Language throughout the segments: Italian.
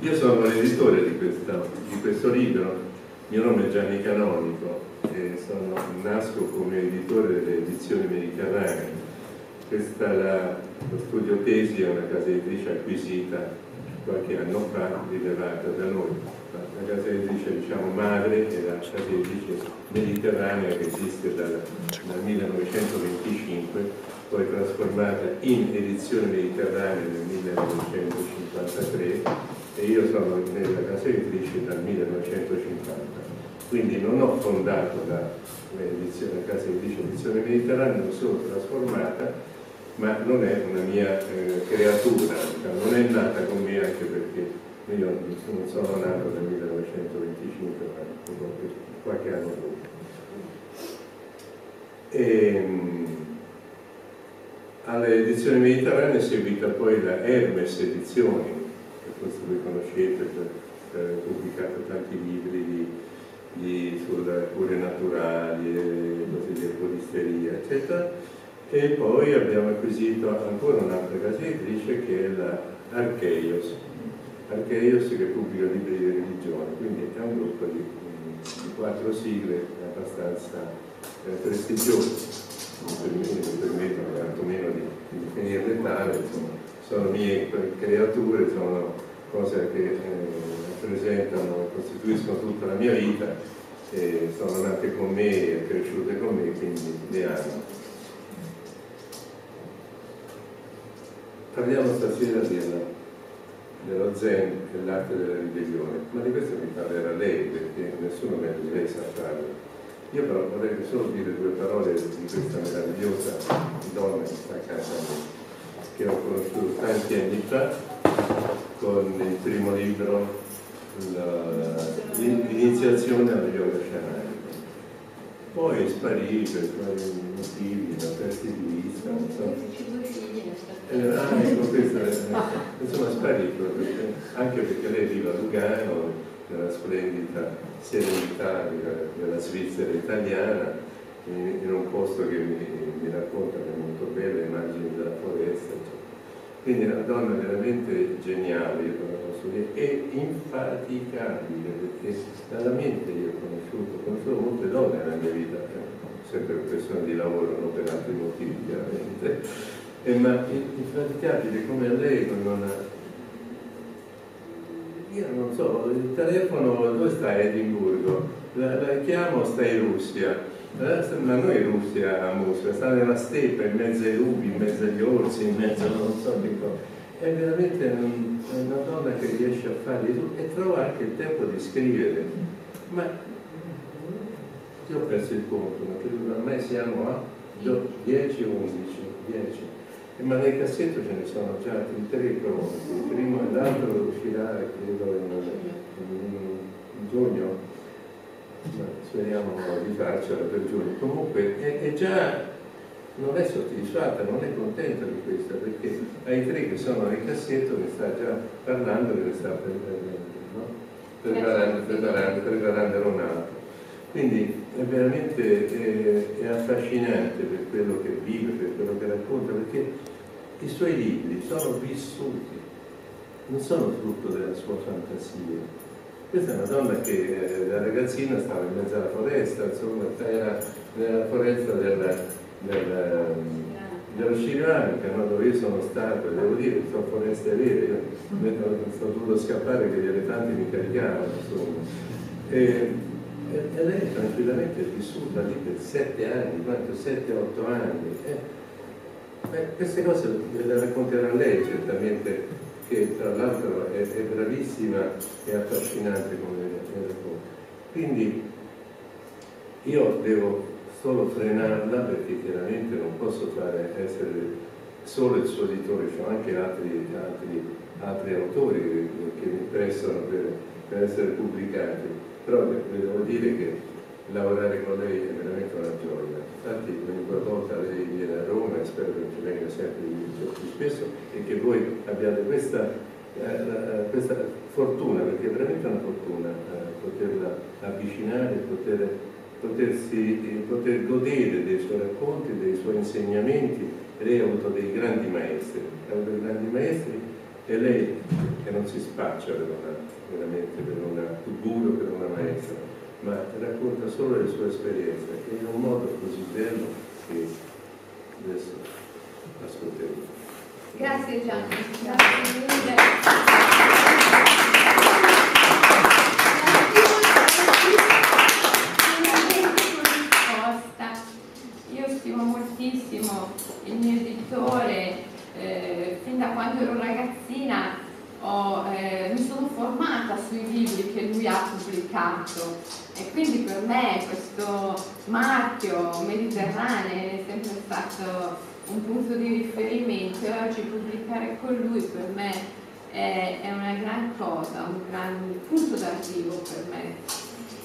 Io sono l'editore di questo libro, mio nome è Gianni Canonico e nasco come editore delle edizioni mediterranee. Questa lo studio Tesi è una casa editrice acquisita qualche anno fa, rilevata da noi. La casa editrice, diciamo, madre è la casa editrice mediterranea che esiste dal 1925, poi trasformata in edizione mediterranea nel 1953, e io sono nella casa editrice dal 1950. Quindi non ho fondato la casa editrice edizione mediterranea, l'ho solo trasformata, ma non è una mia creatura, non è nata con me, anche perché io non sono nato nel 1925, ma qualche anno dopo. Alle edizioni mediterranee è seguita poi la Hermes Edizioni, che forse voi conoscete, ha pubblicato tanti libri sulle cure naturali, cose di erboristeria, eccetera. E poi abbiamo acquisito ancora un'altra casa editrice che è la Archeios che pubblica libri di religione, quindi è un gruppo di 4 sigle abbastanza prestigioso. Mi permettono tantomeno di definirle tale, insomma, sono mie creature, sono cose che rappresentano, costituiscono tutta la mia vita, e sono nate con me e cresciute con me, quindi le amo. Parliamo stasera dello Zen e l'arte della ribellione, ma di questo mi parlerà lei, perché nessuno meglio di lei sa farlo. Io però vorrei solo dire 2 parole di questa meravigliosa donna che sta accanto a me, che ho conosciuto tanti anni fa con il primo libro, l'iniziazione alla yoga sciamanica. Poi sparì per vari motivi, da persi di vista, non so. Insomma sparì proprio, anche perché lei vive a Lugano, nella splendida serenità della Svizzera italiana, in un posto che mi racconta che è molto bello, ai margini della foresta, eccetera. Quindi è una donna veramente geniale, io la posso dire, e infaticabile, perché dalla mente io ho conosciuto molte donne nella mia vita, sempre per questione di lavoro, non per altri motivi chiaramente, ma infaticabile come a lei, io non so, il telefono, dove sta a Edimburgo? La chiamo, sta in Russia. Ma noi in Russia a Mosca, sta nella steppa, in mezzo ai lupi, in mezzo agli orsi, in mezzo a non so che cosa. È veramente una donna che riesce a fare e trova anche il tempo di scrivere. Ma io ho perso il conto, ma credo ormai siamo a 10 o 11, 10. Ma nel cassetto ce ne sono già altri 3 pronti, il primo e l'altro uscirà credo in giugno, ma speriamo di farcela per giugno. Comunque è già, non è soddisfatta, non è contenta di questa, perché ai 3 che sono nel cassetto ne sta già parlando, ne sta preparando un altro. Quindi è veramente è affascinante per quello che vive, per quello che racconta, perché i suoi libri sono vissuti, non sono frutto della sua fantasia. Questa è una donna che da ragazzina stava in mezzo alla foresta, insomma, era nella foresta dello Sri Lanka, no? Dove io sono stato, e devo dire che sono foreste vere, io sono dovuto scappare che gli elefanti mi caricavano, insomma. E lei tranquillamente è vissuta lì per 7 anni, 7-8 anni. Queste cose le racconterà lei certamente, che tra l'altro è bravissima e affascinante come le racconta. Quindi io devo solo frenarla, perché chiaramente non posso essere solo il suo editore, ci sono anche altri autori che mi prestano per essere pubblicati. Però devo dire che lavorare con lei è veramente una gioia. Infatti ogni volta lei viene a Roma e spero che ci venga sempre più spesso e che voi abbiate questa fortuna, perché è veramente una fortuna poterla avvicinare, poter godere dei suoi racconti, dei suoi insegnamenti. Lei ha avuto dei grandi maestri, E lei, che non si spaccia veramente per una guru, per una maestra, ma racconta solo le sue esperienze in un modo così bello che adesso ascolteremo. Grazie Gianni, grazie mille. Io stimo moltissimo il mio editore, fin da quando ero ragazzina mi sono formata sui libri che lui ha pubblicato e quindi per me questo marchio Mediterraneo è sempre stato un punto di riferimento e oggi pubblicare con lui per me è una gran cosa, un gran punto d'arrivo per me.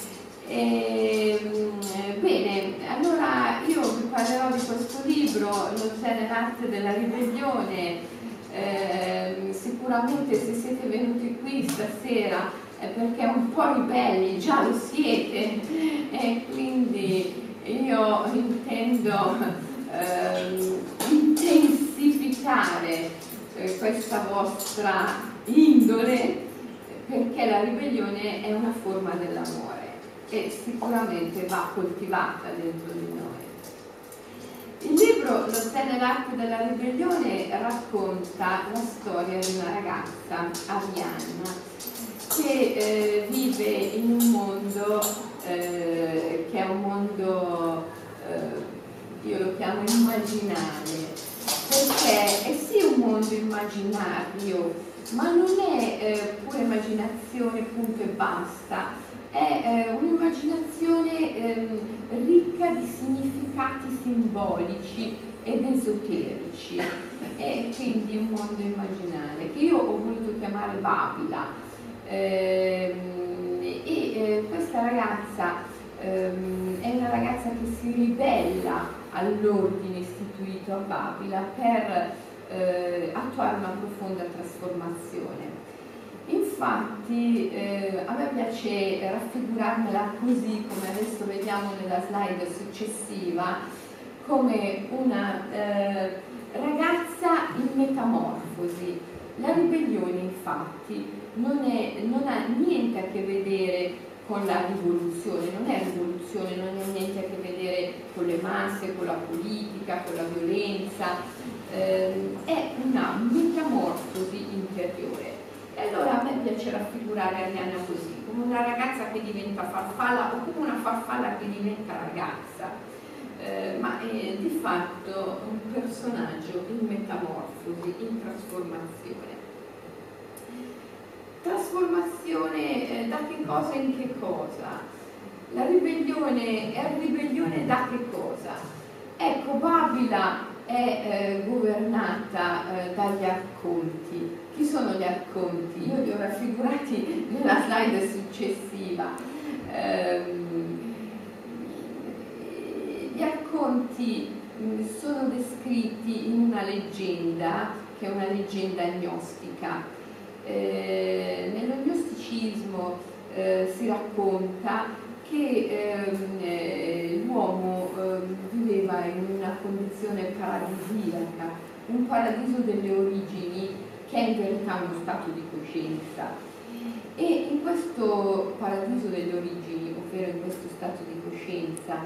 Bene, allora io vi parlerò di questo libro, Lo Zen e l'arte della ribellione. Sicuramente se siete venuti qui stasera è perché un po' ribelli già lo siete e quindi io intendo intensificare questa vostra indole, perché la ribellione è una forma dell'amore e sicuramente va coltivata dentro di noi. Il libro Lo Zen e l'arte della ribellione racconta la storia di una ragazza, Arianna, che vive in un mondo che è un mondo, io lo chiamo immaginale, perché è sì un mondo immaginario, ma non è pura immaginazione punto e basta. È un'immaginazione ricca di significati simbolici ed esoterici, e quindi un mondo immaginale che io ho voluto chiamare Babila. Questa ragazza è una ragazza che si ribella all'ordine istituito a Babila per attuare una profonda trasformazione. Infatti a me piace raffigurarmela così, come adesso vediamo nella slide successiva, come una ragazza in metamorfosi. La ribellione infatti non ha niente a che vedere con la rivoluzione, non è rivoluzione, non ha niente a che vedere con le masse, con la politica, con la violenza, è una metamorfosi interiore. E allora a me piace raffigurare Arianna così, come una ragazza che diventa farfalla o come una farfalla che diventa ragazza, ma è di fatto un personaggio in metamorfosi, in trasformazione. Trasformazione da che cosa in che cosa? La ribellione è ribellione da che cosa? Ecco, Babila è governata dagli arconti. Chi sono gli arconti? Io li ho raffigurati nella slide successiva. Gli arconti sono descritti in una leggenda, che è una leggenda gnostica. Nello gnosticismo si racconta che l'uomo viveva in una condizione paradisiaca, un paradiso delle origini che è in verità uno stato di coscienza. E in questo paradiso delle origini, ovvero in questo stato di coscienza,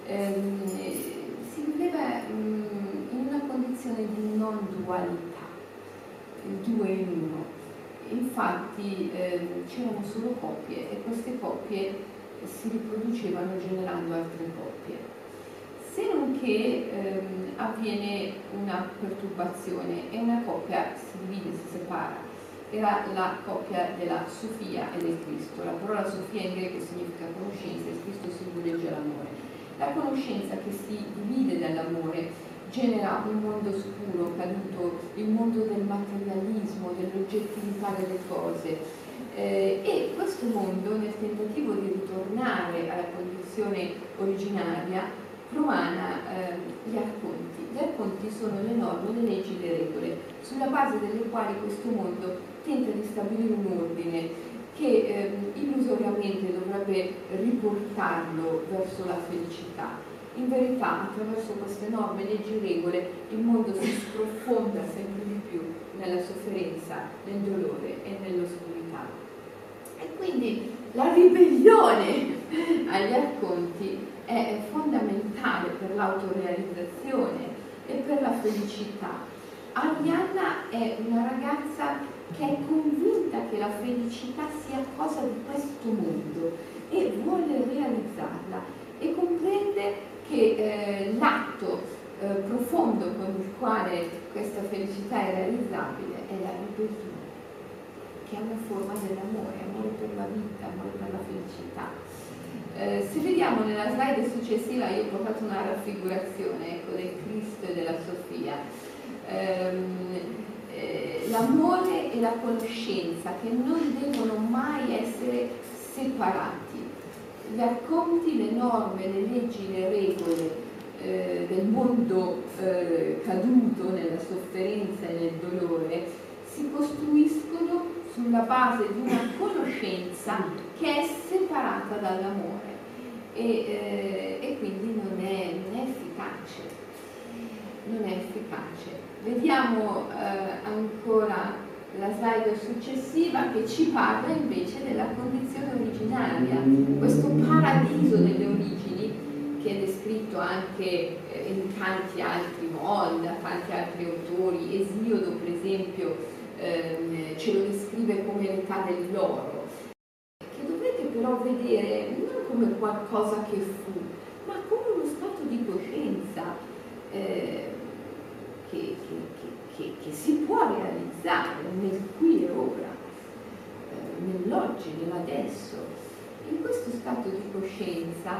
si viveva in una condizione di non dualità, due in uno. Infatti c'erano solo coppie e queste coppie si riproducevano generando altre coppie. Se non che avviene una perturbazione e una coppia si divide, si separa. Era la coppia della Sofia e del Cristo. La parola Sofia in greco significa conoscenza e il Cristo simboleggia l'amore. La conoscenza che si divide dall'amore genera un mondo scuro, caduto, il mondo del materialismo, dell'oggettività delle cose. E questo mondo, nel tentativo di ritornare alla condizione originaria, promana gli arconti. Gli arconti sono le norme, le leggi, le regole, sulla base delle quali questo mondo tenta di stabilire un ordine che illusoriamente dovrebbe riportarlo verso la felicità. In verità, attraverso queste norme, leggi e regole, il mondo si sprofonda sempre di più nella sofferenza sofferenza, nel dolore e nell'oscurità. E quindi la ribellione agli arconti è fondamentale per l'autorealizzazione e per la felicità. Arianna è una ragazza che è convinta che la felicità sia cosa di questo mondo e vuole realizzarla, e comprende che l'atto profondo con il quale questa felicità è realizzabile è la ribellione, che è una forma dell'amore, amore per la vita, amore per la felicità. Se vediamo nella slide successiva, io ho portato una raffigurazione, ecco, del Cristo e della Sofia. L'amore e la conoscenza che non devono mai essere separati. Gli arconti, le norme, le leggi, le regole del mondo caduto nella sofferenza e nel dolore si costruiscono sulla base di una conoscenza che è separata dall'amore e quindi non è efficace. Non è efficace. Vediamo ancora la slide successiva, che ci parla invece della condizione originaria, questo paradiso delle origini che è descritto anche in tanti altri modi, da tanti altri autori. Esiodo, per esempio, ce lo descrive come l'età dell'oro, che dovrete però vedere non come qualcosa che fu, ma come uno stato di coscienza che si può realizzare nel qui e ora, nell'oggi, nell'adesso. In questo stato di coscienza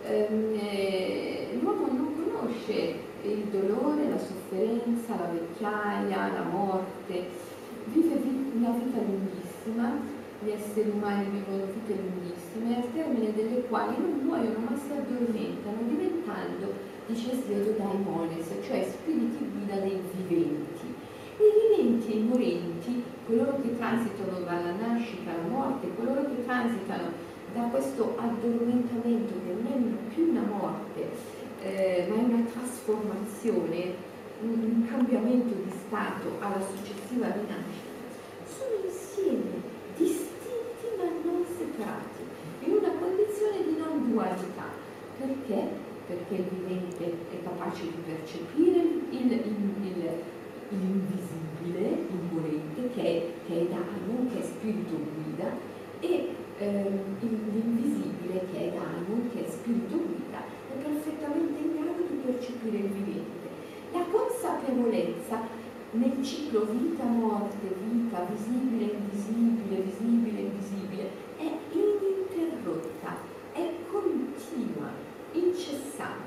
l'uomo non conosce il dolore, la sofferenza, la vecchiaia, la morte, vive una vita lunghissima. Gli esseri umani vivono vite lunghissime, al termine delle quali non muoiono ma si addormentano, diventando, dice Esiodo, daimones, cioè spiriti guida dei viventi. I viventi e i morenti, coloro che transitano dalla nascita alla morte, coloro che transitano da questo addormentamento che non è più una morte, ma è una trasformazione, un cambiamento di stato alla successiva rinascita, sono insieme, distinti ma non separati, in una condizione di non dualità. Perché? Perché il vivente è capace di percepire l'invisibile, l'imponente, che è Daimon, che è spirito guida, e l'invisibile, che è Daimon, che è spirito guida, è perfettamente in grado di percepire il vivente. La consapevolezza nel ciclo vita-morte, vita, visibile, invisibile, visibile, invisibile, è ininterrotta, è continua, incessante.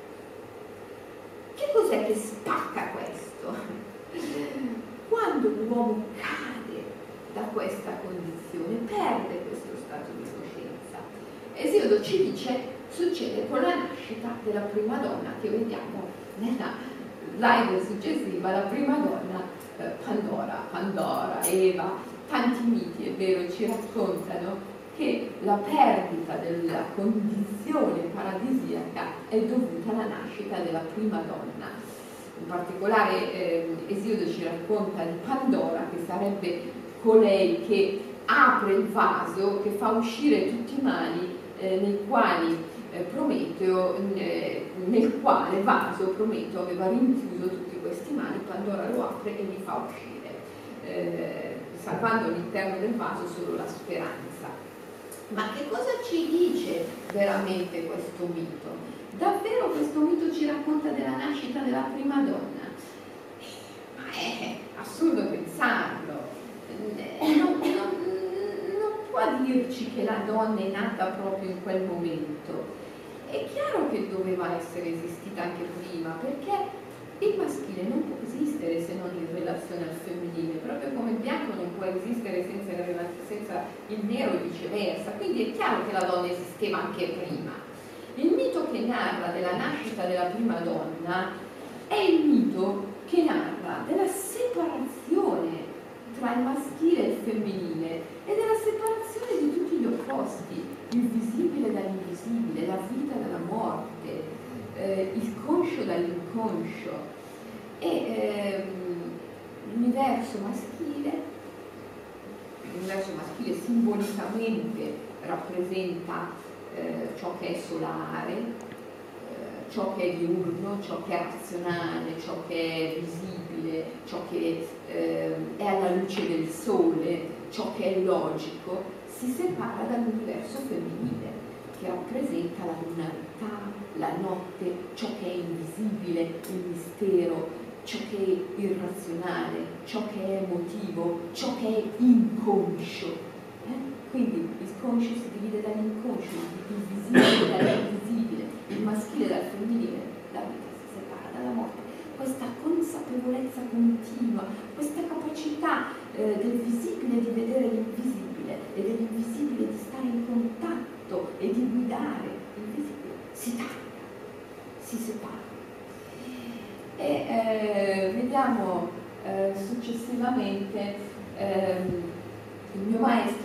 Che cos'è che spacca questo? Quando l'uomo cade da questa condizione, perde questo stato di coscienza. Esiodo ci dice, succede con la nascita della prima donna, che vediamo nella slide successiva, la prima donna, Pandora, Eva. Tanti miti, è vero, ci raccontano che la perdita della condizione paradisiaca è dovuta alla nascita della prima donna. In particolare Esiodo ci racconta di Pandora, che sarebbe colei che apre il vaso, che fa uscire tutti i mali nel quale vaso Prometeo aveva rinchiuso tutti questi mali. Pandora lo apre e li fa uscire, salvando all'interno del vaso solo la speranza. Ma che cosa ci dice veramente questo mito? Davvero questo mito ci racconta della nascita della prima donna? Ma è assurdo pensarlo. Non può dirci che la donna è nata proprio in quel momento. È chiaro che doveva essere esistita anche prima, perché il maschile non può esistere se non in relazione al femminile, proprio come il bianco non può esistere senza il nero e viceversa. Quindi è chiaro che la donna esisteva anche prima. Il mito che narra della nascita della prima donna è il mito che narra della separazione tra il maschile e il femminile e della separazione di tutti gli opposti, il visibile dall'invisibile, la vita dalla morte, il conscio dall'inconscio. E l'universo maschile simbolicamente rappresenta ciò che è solare, ciò che è diurno, ciò che è razionale, ciò che è visibile, ciò che è alla luce del sole, ciò che è logico, si separa dall'universo femminile, che rappresenta la lunarità, la notte, ciò che è invisibile, il mistero, ciò che è irrazionale, ciò che è emotivo, ciò che è inconscio. Quindi il conscio si divide dall'inconscio, il visibile dall'invisibile, il maschile dal femminile, la vita si separa dalla morte. Questa consapevolezza continua, questa capacità del visibile di vedere l'invisibile e dell'invisibile di stare in contatto e di guidare l'invisibile, si taglia, si separa. E vediamo successivamente il mio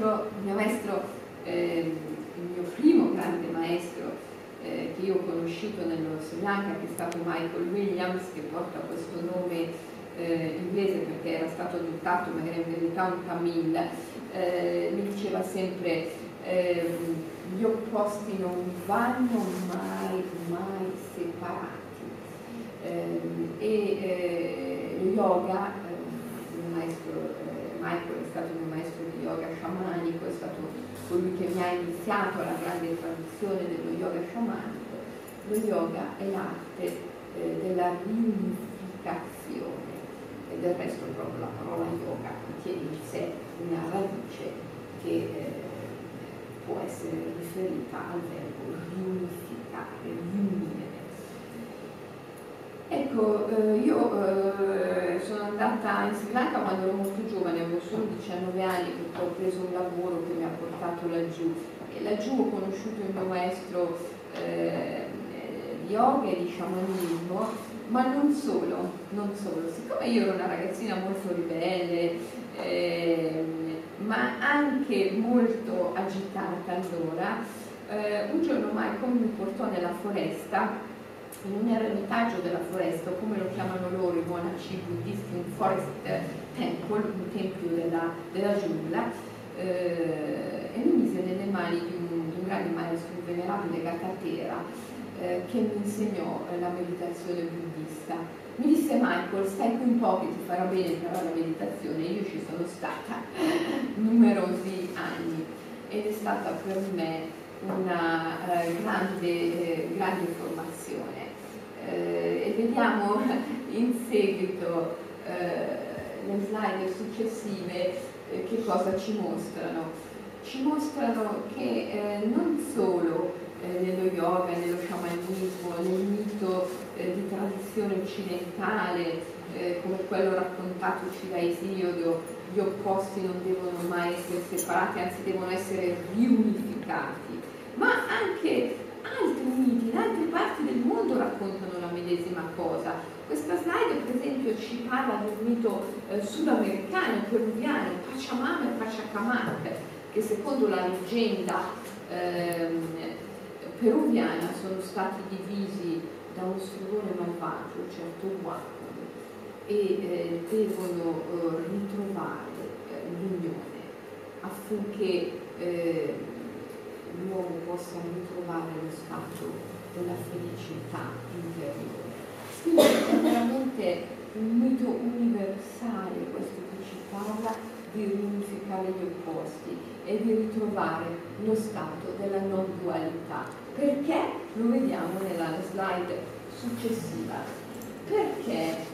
primo grande maestro che io ho conosciuto nello Sri Lanka, che è stato Michael Williams, che porta questo nome inglese perché era stato adottato, ma era in verità un Tamil. Mi diceva sempre gli opposti non vanno mai separati. Lo yoga, il maestro Michael è stato un maestro di yoga sciamanico, è stato colui che mi ha iniziato alla grande tradizione dello yoga sciamanico. Lo yoga è l'arte della riunificazione, e del resto proprio la parola yoga contiene in sé una radice che può essere riferita al verbo riunificare, riunire. Ecco, io sono andata in Sri Lanka quando ero molto giovane, avevo solo 19 anni, perché ho preso un lavoro che mi ha portato laggiù. E laggiù ho conosciuto il mio maestro di yoga e di sciamanismo, ma non solo. Siccome io ero una ragazzina molto ribelle, ma anche molto agitata allora, un giorno Michael mi portò nella foresta, in un eremitaggio della foresta, o come lo chiamano loro i monaci buddisti, un forest temple, un tempio della giungla, e mi mise nelle mani di un grande maestro, un venerabile Gatatera, che mi insegnò la meditazione buddista. Mi disse: Michael, stai qui un po' che ti farà bene imparare la meditazione. Io ci sono stata numerosi anni ed è stata per me una grande formazione. E vediamo in seguito le slide successive che cosa ci mostrano. Ci mostrano che non solo nello yoga, nello sciamanismo, nel mito di tradizione occidentale, come quello raccontatoci da Esiodo, gli opposti non devono mai essere separati, anzi devono essere riunificati, ma anche altri miti in altre parti del mondo raccontano la medesima cosa. Questa slide per esempio ci parla del mito sudamericano, peruviano, Pachamama e Pachacamac, che secondo la leggenda peruviana sono stati divisi da un stregone malvagio, certo Huaco, e devono ritrovare l'unione affinché l'uomo possa ritrovare lo stato della felicità interiore. Quindi è veramente un mito universale questo che ci parla di riunificare gli opposti e di ritrovare lo stato della non dualità. Perché? Lo vediamo nella slide successiva. Perché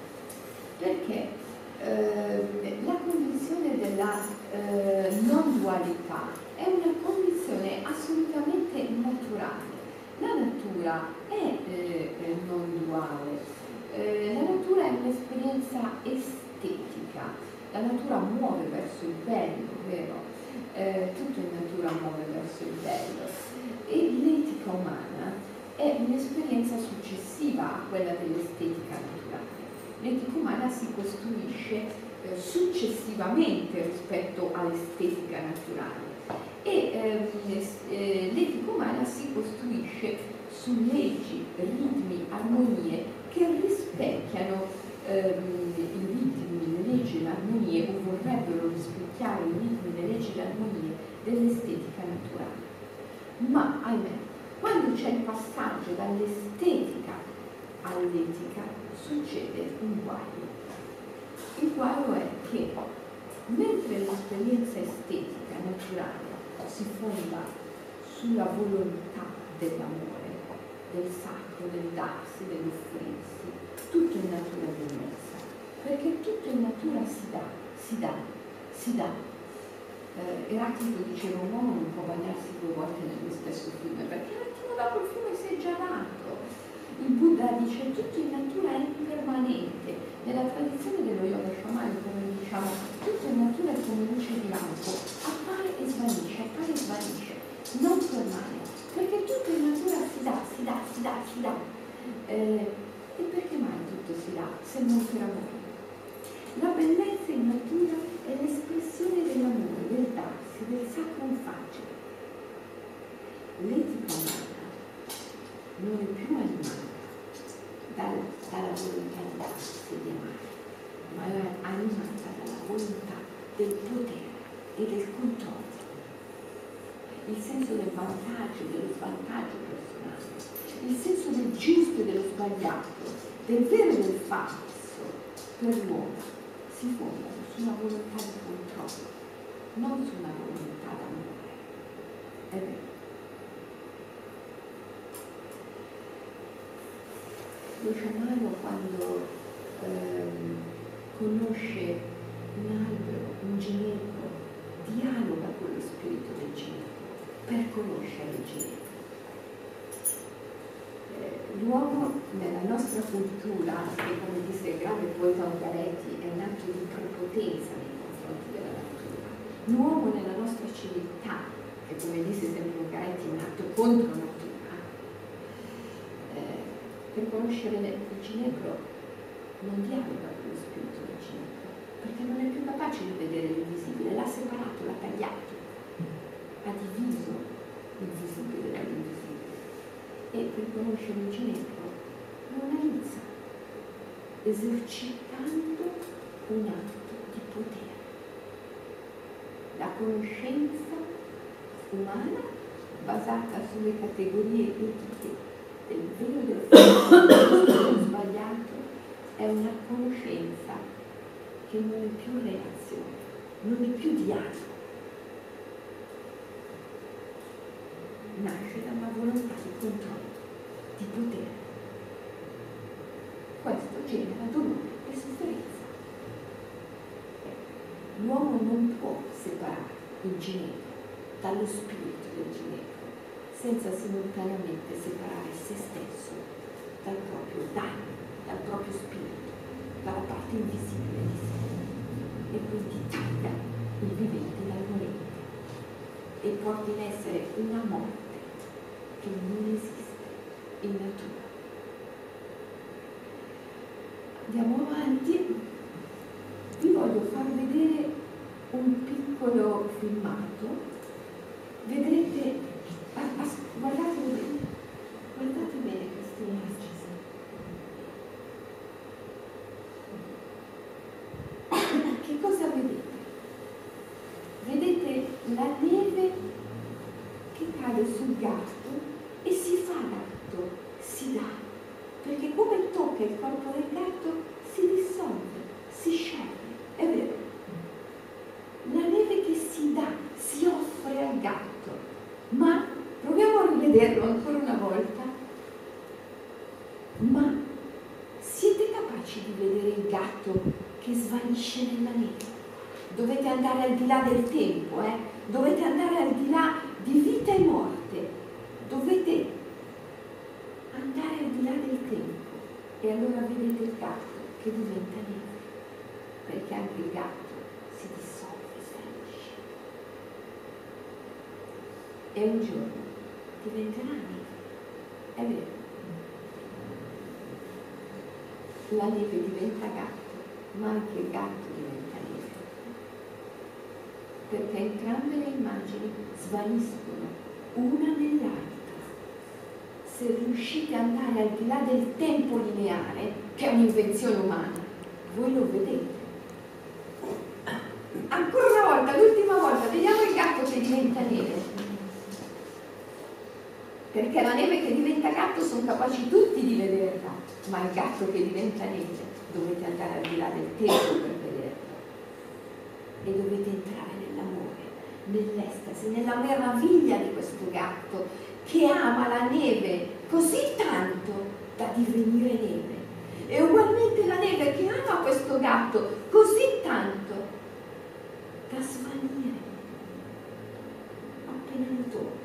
la condizione della non dualità è una condizione assolutamente naturale. La natura è non duale, la natura è un'esperienza estetica, la natura muove verso il bello, vero? Tutto in natura muove verso il bello, e l'etica umana è un'esperienza successiva a quella dell'estetica naturale. L'etica umana si costruisce successivamente rispetto all'estetica naturale e l'etica umana si costruisce su leggi, ritmi, armonie che rispecchiano i ritmi, le leggi, chiaro i ritmi, le leggi, le armonie dell'estetica naturale. Ma, ahimè, quando c'è il passaggio dall'estetica all'etica, succede un guaio. Il guaio è che, mentre l'esperienza estetica naturale si fonda sulla volontà dell'amore, del sacro, del darsi, dell'offrirsi, tutto in natura è diversa, perché tutto in natura si dà. Eraclito diceva: un uomo non può bagnarsi 2 volte nello stesso fiume, perché un attimo dopo il fiume si è già dato. Il Buddha dice: tutto in natura è impermanente. Nella tradizione dello yoga shamanico noi diciamo: tutto in natura è come luce di lampo, appare e svanisce, non permane, perché tutto in natura si dà. E perché mai tutto si dà se non per amore? La bellezza in natura è l'espressione dell'amore, del darsi, del sacro facile. L'etica umana non è più animata dalla volontà di darsi e di amare, ma è animata dalla volontà del potere e del controllo. Il senso del vantaggio e dello svantaggio personale, il senso del giusto e dello sbagliato, del vero e del falso, per l'uomo si fondano su una volontà di controllo, non su una volontà d'amore. È vero. Lo sciamano, quando conosce un albero, un ginepro, dialoga con lo spirito del ginepro per conoscere il ginepro. L'uomo nella nostra cultura, che come disse il grande poeta Ungaretti, è un atto di prepotenza nei confronti della natura. L'uomo nella nostra civiltà, che come disse sempre Ungaretti, è un atto contro natura. Per conoscere il ginepro non dialoga con lo spirito del ginepro, perché non è più capace di vedere l'invisibile, l'ha separato, l'ha tagliato, ha diviso il visibile dall'invisibile. E per conoscere il ginepro non analizza, esercitando un atto di potere. La conoscenza umana, basata sulle categorie etiche del vero e del falso, dello sbagliato, è una conoscenza che non è più relazione, non è più dialogo. Nasce da una volontà di controllo, di potere. Questo genera dolore e sofferenza. L'uomo non può separare il ginepro dallo spirito del ginepro senza simultaneamente separare se stesso dal proprio d'animo, dal proprio spirito, dalla parte invisibile di sé. E quindi taglia il vivente dal morente e porta in essere una morte che non esiste in natura. Andiamo avanti. Vi voglio far vedere un piccolo filmato. Vedrete, guardate bene questi immagini. Che cosa vedete? Vedete la neve che cade sul gatto e si fa gatto, si dà, perché come tocca il corpo del gatto si dissolve, si scioglie, è vero. La neve che si dà, si offre al gatto, ma proviamo a rivederlo ancora una volta. Ma siete capaci di vedere il gatto che svanisce nella neve? Dovete andare al di là del tempo, dovete andare al di là di vita e morte, dovete andare al di là del tempo e allora vedete il gatto che diventa neve, perché anche il gatto si dissolve, svanisce e un giorno diventerà neve, è vero. La neve diventa gatto, ma anche il gatto diventa neve, perché entrambe le immagini svaniscono una nell'altra. Se riuscite ad andare al di là del tempo lineare, che è un'invenzione umana, voi lo vedete. Ancora una volta, perché la neve che diventa gatto sono capaci tutti di vederla, ma il gatto che diventa neve dovete andare al di là del tempo per vederlo, e dovete entrare nell'amore, nell'estasi, nella meraviglia di questo gatto che ama la neve così tanto da divenire neve, e ugualmente la neve che ama questo gatto così tanto da svanire appena lo tocca.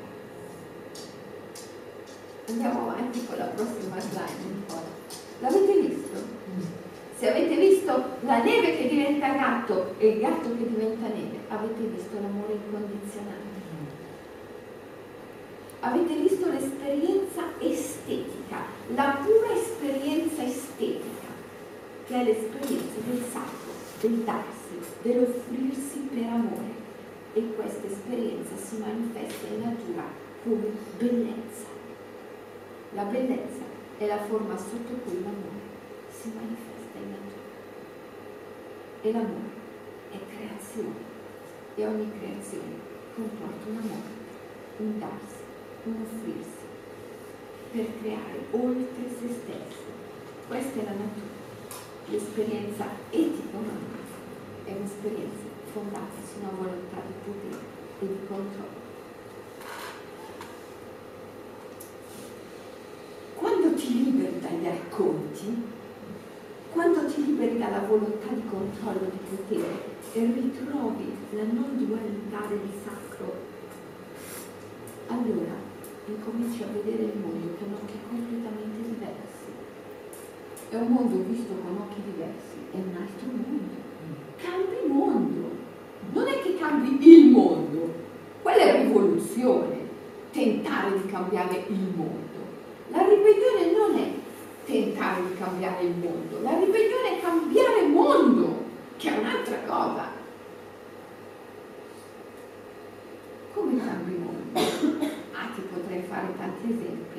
Andiamo avanti con la prossima slide. L'avete visto? Se avete visto la neve che diventa gatto e il gatto che diventa neve, avete visto l'amore incondizionato. Avete visto l'esperienza estetica, la pura esperienza estetica, che è l'esperienza del sacro, del darsi, dell'offrirsi per amore. E questa esperienza si manifesta in natura come bellezza. La bellezza è la forma sotto cui l'amore si manifesta in natura. E l'amore è creazione, e ogni creazione comporta un amore, un darsi, un offrirsi per creare oltre se stesso. Questa è la natura. L'esperienza etico-umana è un'esperienza fondata su una volontà di potere e di controllo. Quando ti liberi dagli racconti, quando ti liberi dalla volontà di controllo e di potere e ritrovi la non dualità del sacro, allora incominci a vedere il mondo con occhi completamente diversi. È un mondo visto con occhi diversi, è un altro mondo. Cambi mondo, non è che cambi il mondo, quella è rivoluzione, tentare di cambiare il mondo. La ribellione non è tentare di cambiare il mondo, la ribellione è cambiare mondo, che è un'altra cosa. Come cambi mondo? Ti potrei fare tanti esempi.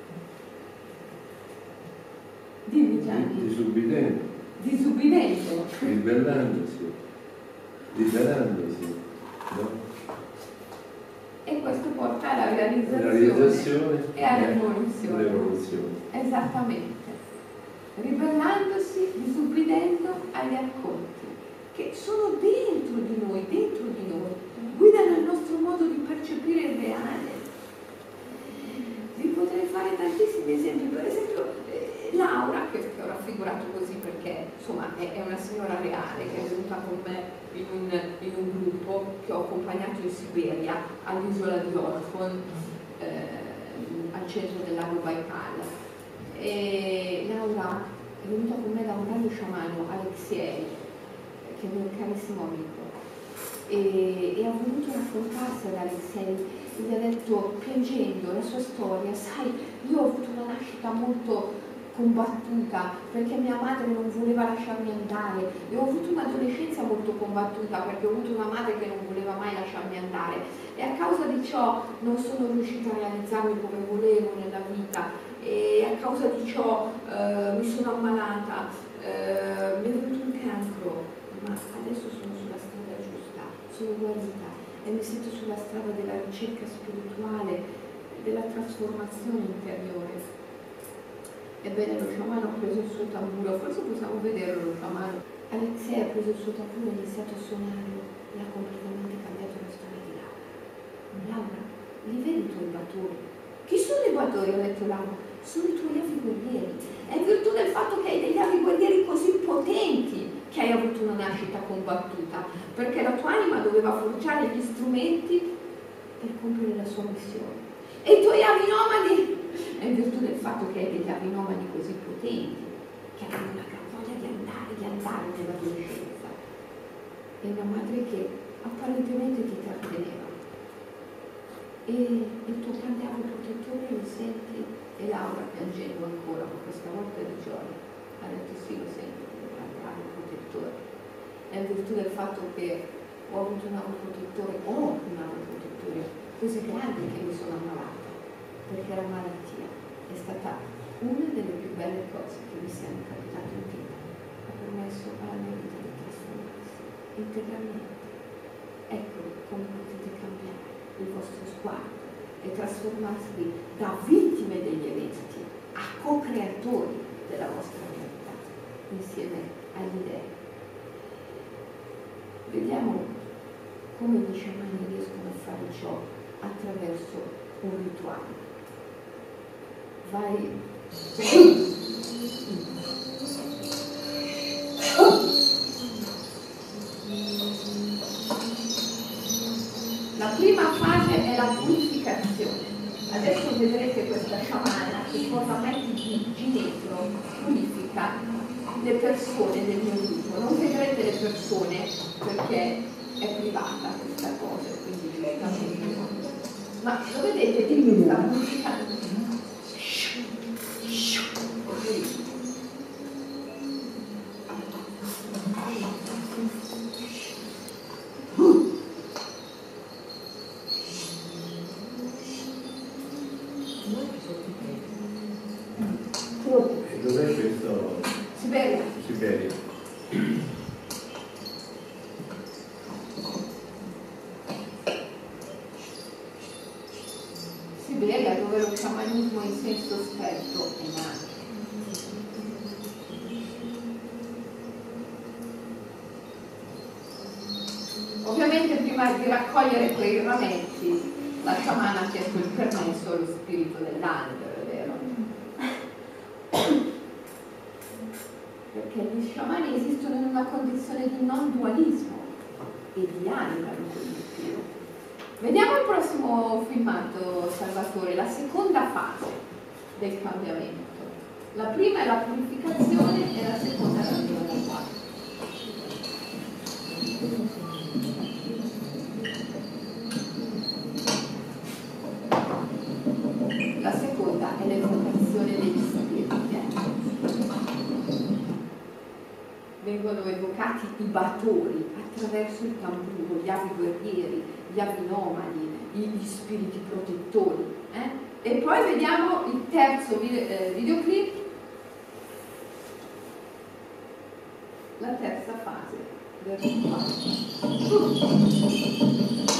Dimmi Gianni. Disubbidendo. Ribellandosi, liberandosi, no? E questo porta alla realizzazione e all'evoluzione. Esattamente. Ribellandosi, disubbidendo agli racconti che sono dentro di noi, guidano il nostro modo di percepire il reale. Vi potrei fare tantissimi esempi, per esempio Laura, che ho raffigurato così perché insomma è una signora reale che è venuta con me in un gruppo che ho accompagnato in Siberia, all'isola di Orkhon, al centro del lago Baikal. E Laura è venuta con me da un grande sciamano, Alexei, che è un mio carissimo amico, e ha voluto raccontarsi ad Alexei. Gli ha detto, piangendo, la sua storia: sai, io ho avuto una nascita molto combattuta perché mia madre non voleva lasciarmi andare, e ho avuto un'adolescenza molto combattuta perché ho avuto una madre che non voleva mai lasciarmi andare, e a causa di ciò non sono riuscita a realizzarmi come volevo nella vita, e a causa di ciò mi sono ammalata, mi è venuto un cancro, ma adesso sono sulla strada giusta, sono guarita e mi sento sulla strada della ricerca spirituale, della trasformazione interiore. Ebbene, lo sciamano ha preso il suo tamburo, forse possiamo vederlo lo sciamano. Alexei ha preso il suo tamburo e ha iniziato a suonarlo, e ha completamente cambiato la storia di Laura. Laura, li vedi i tuoi batori? Chi sono i batori? Ha detto Laura. Sono i tuoi avi guerrieri. È in virtù del fatto che hai degli avi guerrieri così potenti che hai avuto una nascita combattuta, perché la tua anima doveva forgiare gli strumenti per compiere la sua missione. E i tuoi avi nomadi è in virtù del fatto che hai degli avi nomadi così potenti che hanno una gran voglia di andare nell'adolescenza, e una madre che apparentemente ti tratteneva, e il tuo grande avo protettore lo senti. E Laura, piangendo ancora, ma questa volta di gioia, ha detto: sì, lo sento, il mio grande avo protettore. È in virtù del fatto che ho avuto un avo protettore così grande che mi sono ammalata, perché la malattia è stata una delle più belle cose che mi siano capitate in vita. Ha permesso alla mia vita di trasformarsi integralmente. Ecco come potete cambiare il vostro sguardo, e trasformarsi da vittime degli eventi a co-creatori della vostra realtà insieme agli dei. Vediamo come gli sciamani riescono a fare ciò attraverso un rituale. Vai. La prima fase è la purificazione. Adesso vedrete questa sciamana che cosa mette di dentro, purifica le persone del mio gruppo. Non vedrete le persone perché è privata questa cosa, quindi giustamente no. Ma lo vedete che lui sta purificando. E dov'è questo? Siberia. Siberia. Siberia, dove lo sciamanismo in senso stretto è nato. Ovviamente prima di raccogliere quei rametti la sciamana ha chiesto il permesso allo spirito dell'albero, è vero? Perché gli sciamani esistono in una condizione di non dualismo e di anima incollettiva. Vediamo il prossimo filmato, Salvatore, la seconda fase del cambiamento. La prima è la purificazione e la seconda è la rinnovamento. La seconda è l'evocazione degli spiriti. Vengono evocati i batori attraverso il tamburo, gli avi guerrieri, gli avi nomadi, gli spiriti protettori. E poi vediamo il terzo videoclip, la terza fase del rituale.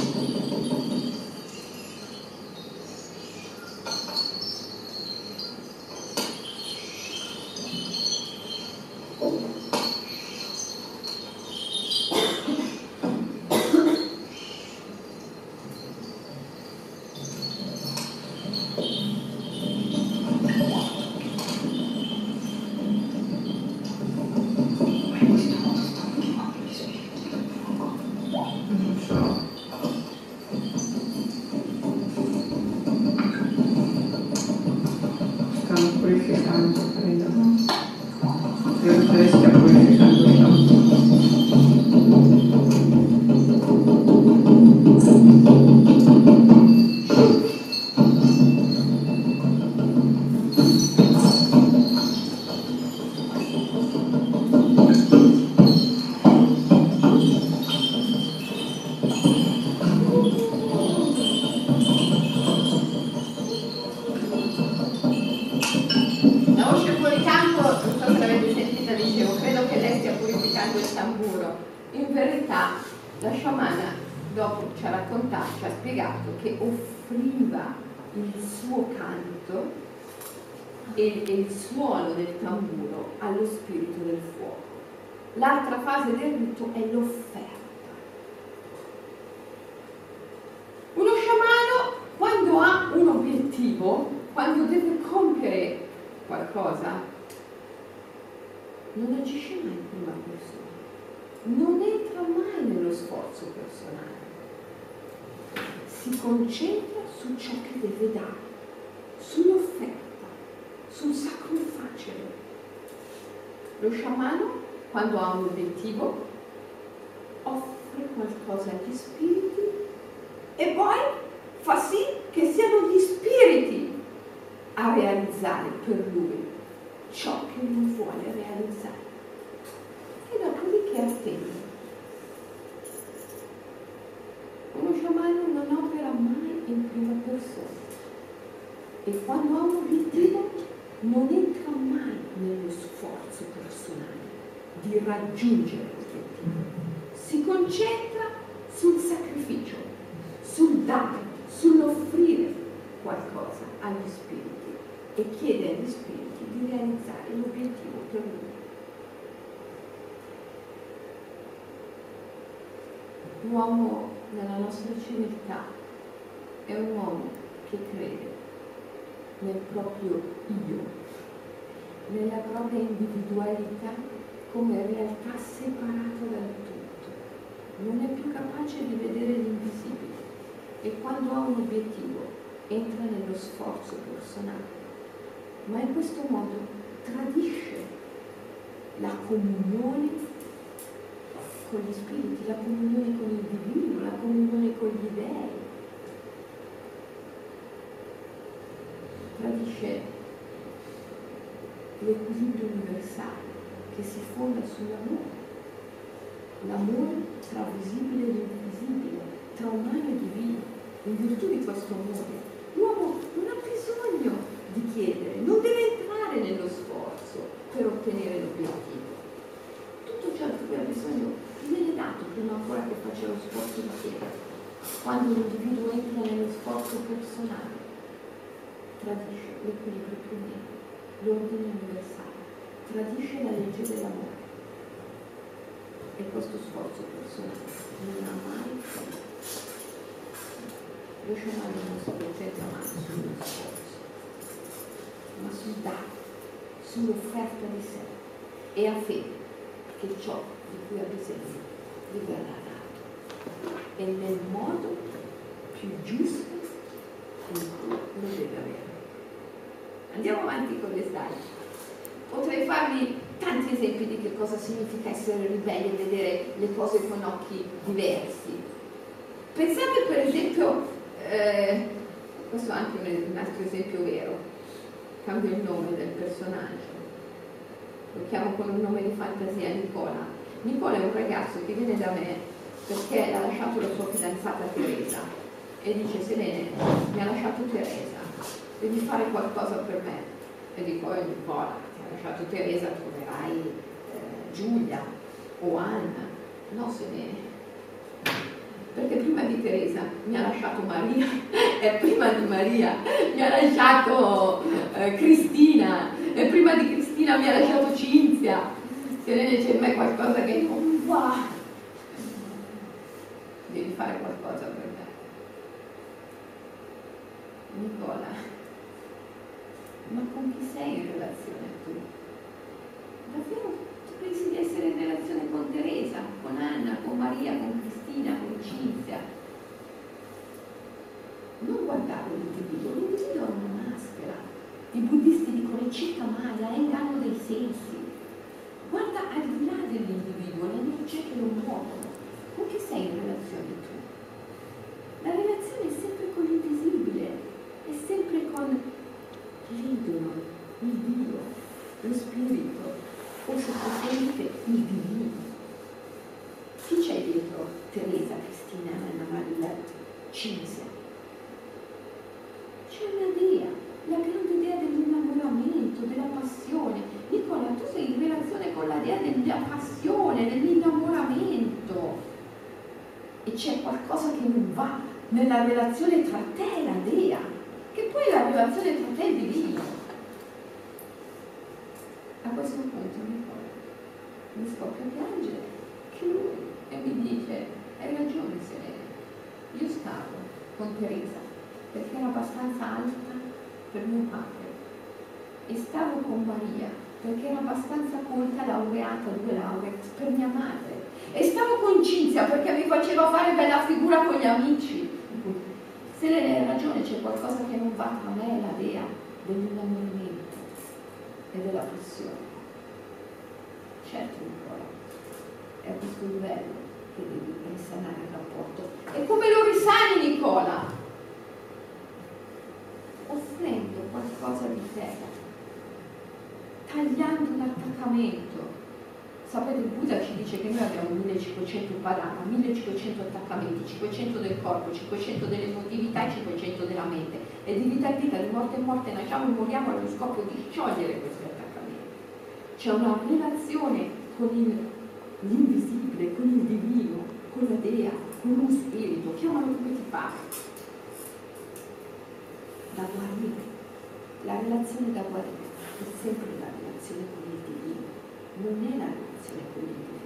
Che offriva il suo canto e il suono del tamburo allo spirito del fuoco. L'altra fase del rito è l'offerta. Uno sciamano, quando ha un obiettivo, quando deve compiere qualcosa, non agisce mai in prima persona, non entra mai nello sforzo personale. Si concentra su ciò che deve dare, sull'offerta, sul sacrificare. Lo sciamano, quando ha un obiettivo, offre qualcosa agli spiriti e poi fa sì che siano gli spiriti a realizzare per lui ciò che lui vuole realizzare. E dopodiché attende. Uno sciamano non opera mai in prima persona e quando ha un obiettivo non entra mai nello sforzo personale di raggiungere l'obiettivo. Si concentra sul sacrificio, sul dare, sull'offrire potenti di realizzare l'obiettivo per lui. L'uomo nella nostra civiltà è un uomo che crede nel proprio io, nella propria individualità come realtà separata dal tutto. Non è più capace di vedere l'invisibile e quando ha un obiettivo entra nello sforzo personale, ma in questo modo tradisce la comunione con gli spiriti, la comunione con il divino, la comunione con gli dei. Tradisce l'equilibrio universale che si fonda sull'amore, l'amore tra visibile e invisibile, tra umano e divino. In virtù di questo amore l'uomo non ha bisogno di chiedere, non deve entrare nello sforzo per ottenere l'obiettivo. Tutto ciò di cui ha bisogno viene dato prima ancora che faccia lo sforzo di chiedere. Quando l'individuo entra nello sforzo personale, tradisce l'equilibrio primero, l'ordine universale, tradisce la legge dell'amore. E questo sforzo personale non ha mai Yoshimari non si concentra mai sullo sforzo, ma sul dare, sull'offerta di sé e ha fede che ciò di cui ha bisogno gli verrà dato e nel modo più giusto in cui lo deve avere. Andiamo avanti con le slide. Potrei farvi tanti esempi di che cosa significa essere ribelli e vedere le cose con occhi diversi. Pensate per esempio, questo è anche un altro esempio vero, cambio il nome del personaggio, lo chiamo con un nome di fantasia, Nicola. Nicola è un ragazzo che viene da me perché ha lasciato la sua fidanzata Teresa e dice: Selene, mi ha lasciato Teresa, devi fare qualcosa per me. E dico: Nicola, ti ha lasciato Teresa, troverai Giulia o Anna. No, Selene, perché prima di Teresa mi ha lasciato Maria e prima di Maria mi ha lasciato Cristina e prima di Cristina mi ha lasciato Cinzia. Selene, c'è in me qualcosa che non va, devi fare qualcosa per me. Nicola, ma con chi sei in relazione tu? Davvero tu pensi di essere in relazione con Teresa, con Anna, con Maria, con Cristina, con Cinzia? Non guardare l'individuo è una maschera. I buddisti dicono eccita maya, è inganno dei sensi. Guarda al di là dell'individuo, le energie che lo muovono. Con chi sei in relazione tu? La relazione è sempre con l'invisibile, è sempre con l'idolo, il Dio, lo spirito, o se preferite il divino. Chi c'è dietro Teresa, Cristina, Anna Maria, Cinzia? C'è una dea, la grande dea dell'innamoramento, della passione. Nicola, tu sei in relazione con la dea della passione, dell'innamoramento. E c'è qualcosa che non va nella relazione tra te e la dea, che poi è la relazione tra te e il divino. A questo punto Nicola mi scoppia a piangere che lui e mi dice: hai ragione Selene, io stavo con Teresa perché era abbastanza alta per mio padre e stavo con Maria perché era abbastanza colta, laureata, 2 lauree, per mia madre, e stavo con Cinzia perché mi faceva fare bella figura con gli amici. Selene, hai ragione, c'è qualcosa che non va tra me e la dea dell'innamoramento e della passione. Certo Nicola, è a questo livello che devi risanare il rapporto. E come lo risani Nicola? Offrendo qualcosa di te, tagliando un attaccamento. Sapete, il Buddha ci dice che noi abbiamo 1500 padana, 1500 attaccamenti, 500 del corpo, 500 dell'emotività e 500 della mente. E di vita in vita, di morte in morte, nasciamo e moriamo allo scopo di sciogliere questi attaccamenti. C'è una relazione con l'invisibile, con il divino, con la dea, con uno spirito, chiamalo come ti pare. Da guarire, la relazione da guarire. è sempre la relazione con il divino, non è la relazione con il divino.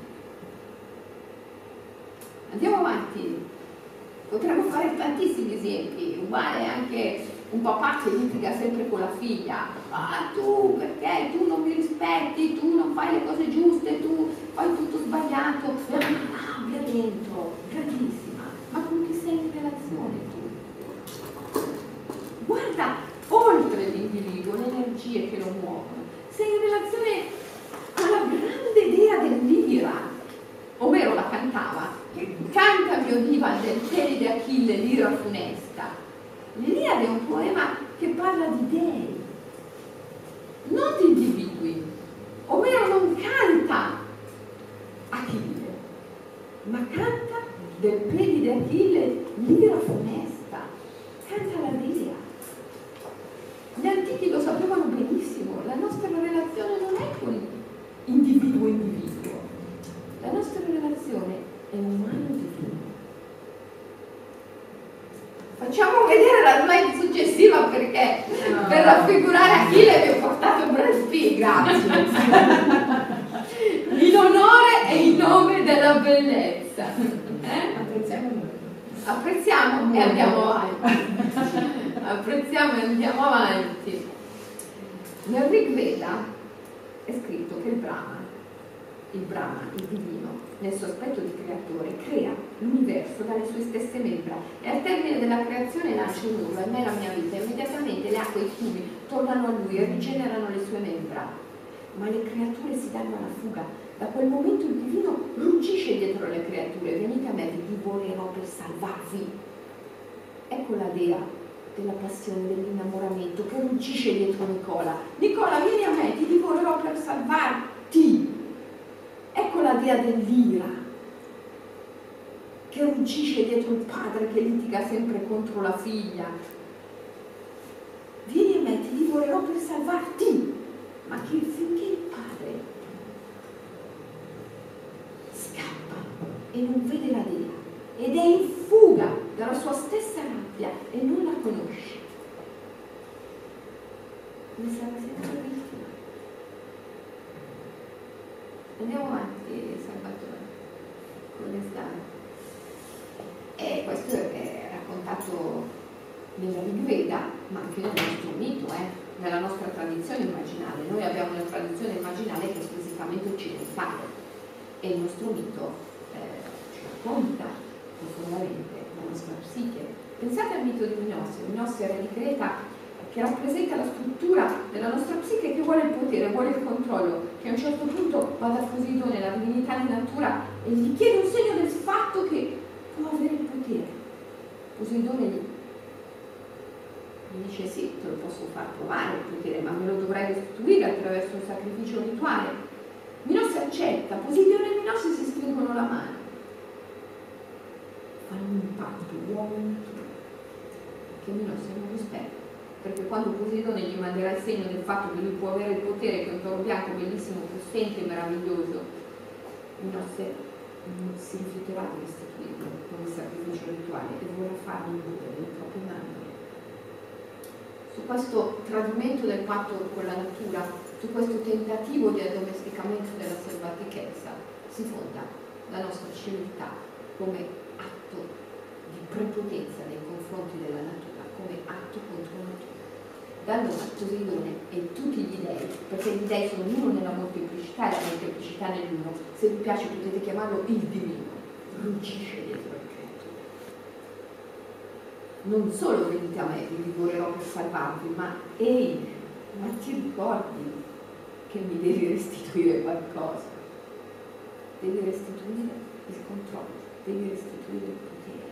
Andiamo avanti, potremmo fare tantissimi esempi, uguale anche un papà che litiga sempre con la figlia, tu perché tu non mi rispetti, tu non fai le cose giuste, tu fai tutto sbagliato, e una rabbia dentro, grandissima, ma con chi sei in relazione tu? Guarda oltre l'individuo, le energie che lo muovono, sei in relazione alla grande idea dell'ira. Omero la cantava, canta mio diva del peli di Achille, l'ira funesta. L'Iliade è un poema che parla di dei, non di individui. Omero non canta Achille, ma canta del peli di Achille, l'ira funesta, canta la dea. Gli antichi lo sapevano benissimo, la nostra relazione non è con individuo, la nostra relazione è umano-divino. Facciamo vedere la slide successiva perché per raffigurare Achille vi ho portato Brad Pitt, grazie. In onore e in nome della bellezza. Apprezziamo e andiamo avanti. Apprezziamo e andiamo avanti. Nel Rig Veda è scritto che il Brahma, il divino, nel suo aspetto di creatore, crea l'universo dalle sue stesse membra e al termine della creazione lancia un urlo: "A me la mia vita". Immediatamente le acque e i fiumi tornano a lui e rigenerano le sue membra. Ma le creature si danno alla fuga. Da quel momento il divino ruggisce dietro le creature: "Venite a me, vi divorerò per salvarvi". Ecco la dea della passione, dell'innamoramento, che ruggisce dietro Nicola: "Nicola, vieni a me, ti divorerò per salvarti". Ecco la dea dell'ira, che ruggisce dietro il padre che litiga sempre contro la figlia: "Vieni a me, ti divorerò per salvarti". Ma che finché il padre scappa e non vede la dea ed è in fuga dalla sua stessa rabbia e non la conosce, ne sarà sempre vittima. Andiamo avanti, Salvatore, con le slide. E questo è raccontato nella Rig Veda, ma anche nel nostro mito, nella nostra tradizione immaginale. Noi abbiamo una tradizione immaginale che è squisitamente occidentale e il nostro mito ci racconta profondamente la nostra psiche. Pensate al mito di Minos, re di Creta, che rappresenta la struttura della nostra psiche, che vuole il potere, vuole il controllo, che a un certo punto va da Poseidone, la divinità di natura, e gli chiede un segno del fatto che può avere il potere. Poseidone gli dice: "Sì, te lo posso far provare il potere, ma me lo dovrai restituire attraverso un sacrificio rituale". Minos accetta, Poseidone e Minos si stringono la mano, fanno un patto uomo e natura, che Minos non rispetta, perché quando Poseidone gli manderà il segno del fatto che lui può avere il potere, che è un toro bianco bellissimo, possente e meraviglioso, Minos non si rifiuterà di restituirlo come sacrificio rituale e vorrà farlo nelle proprie mani. Su questo tradimento del patto con la natura, su questo tentativo di addomesticamento della selvatichezza, si fonda la nostra civiltà come atto di prepotenza nei confronti della natura, come atto contro natura. Da allora Poseidone e tutti gli dei, perché gli dei sono l'uno nella molteplicità e la molteplicità nell'uno, se vi piace potete chiamarlo il divino, ruggisce dietro il creatore. Non solo venite a me, vi divorerò per salvarvi, ma ehi, ma ti ricordi che mi devi restituire qualcosa? Devi restituire il controllo, devi restituire il potere,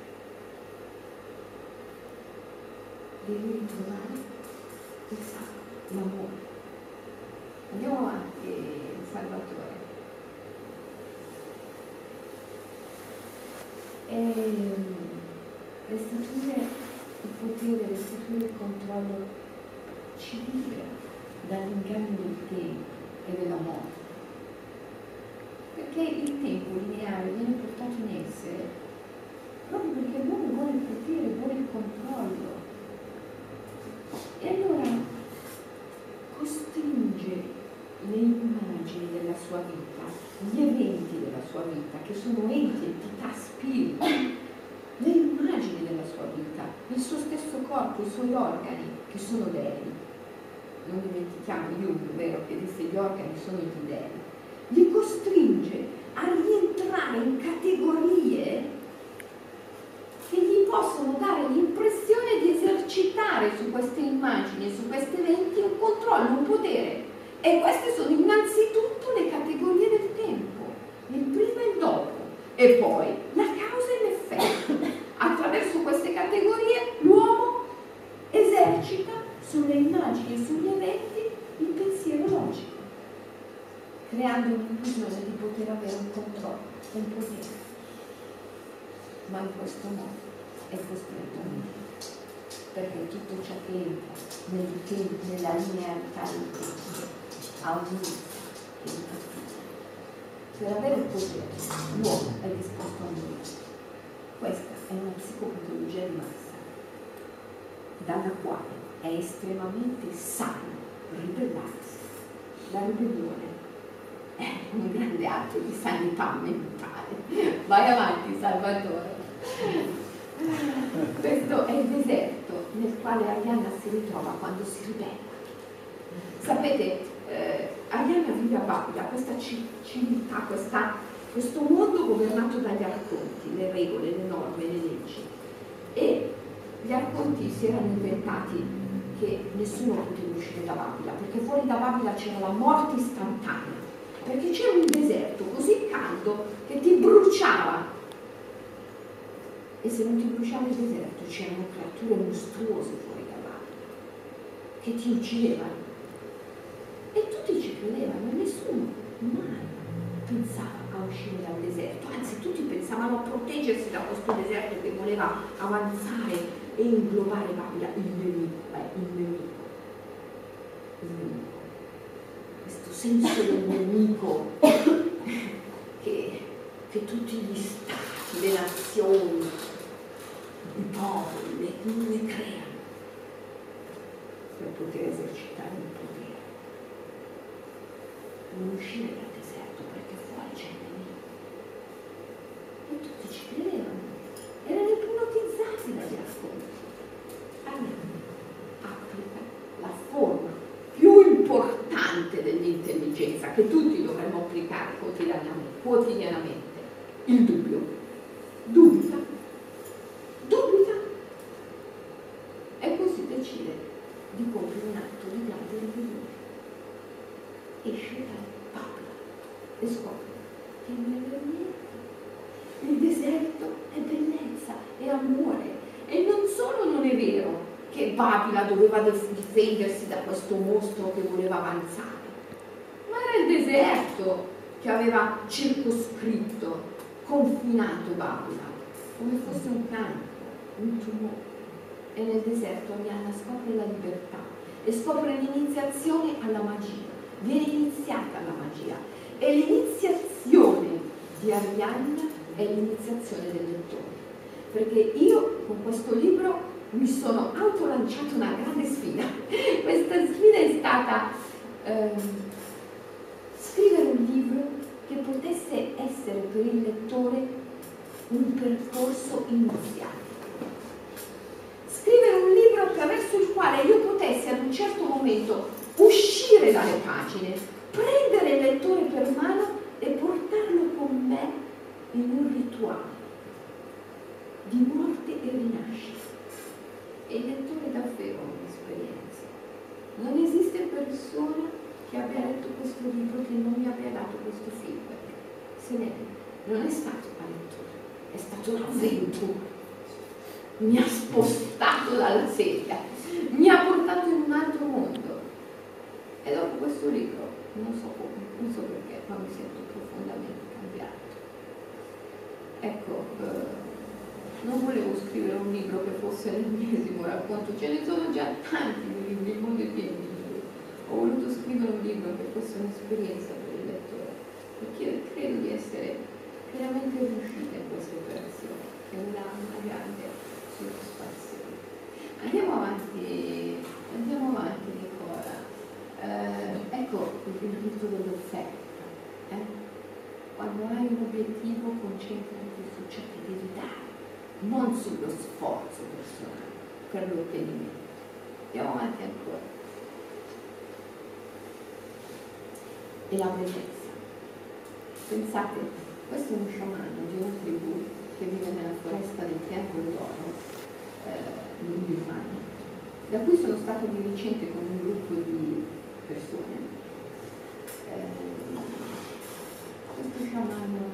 devi ritrovare il sacro, l'amore. Andiamo avanti, Salvatore. Restituire il potere, restituire il controllo ci libera dall'inganno del tempo e della morte. Perché il tempo lineare viene portato in essere proprio perché l'uomo vuole il potere, vuole il controllo. E allora costringe immagini della sua vita, gli eventi della sua vita, che sono enti, entità, spiriti, le immagini della sua vita, il suo stesso corpo, i suoi organi, che sono dei. Non dimentichiamo Jung, vero, che disse gli organi sono i dei. Li costringe a rientrare in categorie che gli possono dare l'impressione di esercitare su queste immagini, su questi eventi, un controllo, un potere. E queste sono innanzitutto le categorie del tempo, il prima e il dopo, e poi la causa e l'effetto. Attraverso queste categorie l'uomo esercita sulle immagini e sugli eventi il pensiero logico, creando l'illusione di poter avere un controllo, un potere. Ma in questo modo è costretto a morire, perché tutto ciò che entra nella linearità del tempo ha un inizio e una fine. Per avere il potere l'uomo è disposto a morire. Questa è una psicopatologia di massa, dalla quale è estremamente sano ribellarsi. La ribellione è un grande atto di sanità mentale. Vai avanti, Salvatore. Questo è il deserto nel quale Arianna si ritrova quando si ribella. Sapete, Arianna vive a Babila, questa civiltà, questo mondo governato dagli arconti, le regole, le norme, le leggi. E gli arconti si erano inventati che nessuno poteva uscire da Babila, perché fuori da Babila c'era la morte istantanea, perché c'era un deserto così caldo che ti bruciava. E se non ti bruciava il deserto c'erano creature mostruose fuori da Babila che ti uccidevano. E tutti ci credevano, nessuno mai pensava a uscire dal deserto, anzi tutti pensavano a proteggersi da questo deserto che voleva avanzare e inglobare Babila. Il nemico. Questo senso del nemico che tutti gli stati, le nazioni, i popoli, le creano per poter esercitare il potere. Non uscire dal deserto perché fuori c'è il nemico. E tutti ci credevano, erano ipnotizzati dagli arconti. Arianna applica la forma più importante dell'intelligenza che tutti dovremmo applicare quotidianamente, il dubbio. Dubita e così decide di compiere un atto di grande ribellione. Esce da Babila e scopre che non è vero niente. Il deserto è bellezza, è amore, e non solo non è vero che Babila doveva difendersi da questo mostro che voleva avanzare, ma era il deserto che aveva circoscritto, confinato Babila, come fosse un campo, un tumore. E nel deserto Arianna scopre la libertà e scopre l'iniziazione alla magia. Viene iniziata la magia e l'iniziazione di Arianna è l'iniziazione del lettore, perché io con questo libro mi sono autolanciata una grande sfida. Questa sfida è stata scrivere un libro che potesse essere per il lettore un percorso iniziale. Scrivere un libro attraverso il quale io potessi ad un certo momento uscire dalle pagine, prendere il lettore per mano e portarlo con me in un rituale di morte e rinascita. E il lettore è davvero un'esperienza. Non esiste persona che abbia letto questo libro che non mi abbia dato questo feedback. Se ne non è stato una lettura, è stata un'avventura. Mi ha spostato dalla sedia, mi ha portato in un altro mondo. E dopo questo libro, non so come, non so perché, ma mi sento profondamente cambiato. Ecco, non volevo scrivere un libro che fosse l'ennesimo racconto, ce ne sono già tanti di libri, il mondo è pieno di libri. Ho voluto scrivere un libro che fosse un'esperienza per il lettore, perché io credo di essere veramente riuscita in questa operazione, che mi dà una grande soddisfazione. Andiamo avanti Nicola. Ecco il rito delle offerte. Quando hai un obiettivo, concentrati su ciò che devi dare, non sullo sforzo personale per l'ottenimento. Andiamo avanti ancora. E la bellezza. Pensate, questo è uno sciamano di una tribù che vive nella foresta del Triangolo d'Oro in Birmania, da cui sono stata di recente con un gruppo di persone. Questo sciamano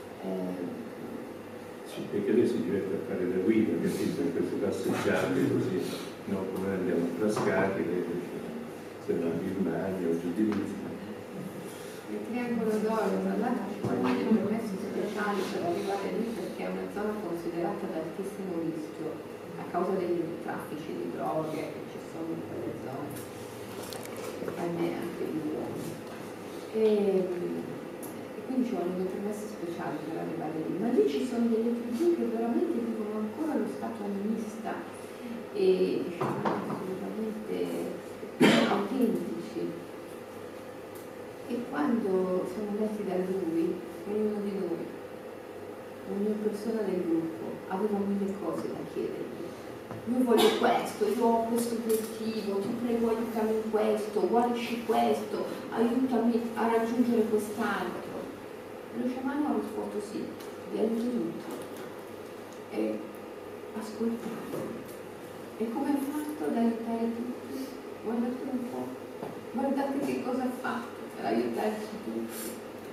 sì, perché lei si diverte a fare la guida, capito? In queste passeggiate così, no, come andiamo a Frascati, lei se va in Birmania o giù di lì. Il Triangolo d'Oro, tra l'altro, ci vogliono dei permessi speciali per arrivare lì perché è una zona considerata ad altissimo rischio a causa dei traffici di droghe che ci sono in quelle zone, e ahimè anche di uomini. E quindi ci vogliono dei permessi speciali per arrivare lì, ma lì ci sono delle tribù che veramente vivono ancora lo stato animista e diciamo assolutamente autentici. E quando siamo andati da lui, ognuno di noi, ogni persona del gruppo, aveva mille cose da chiedergli. Io voglio questo, io ho questo obiettivo, ti prego aiutami in questo, guarisci questo, aiutami a raggiungere quest'altro. Lo sciamano ha risposto sì, vi aiuto tutto. E ascoltate. E come ha fatto ad aiutare tutti? Guardate un po', guardate che cosa ha fatto per aiutarci tutti.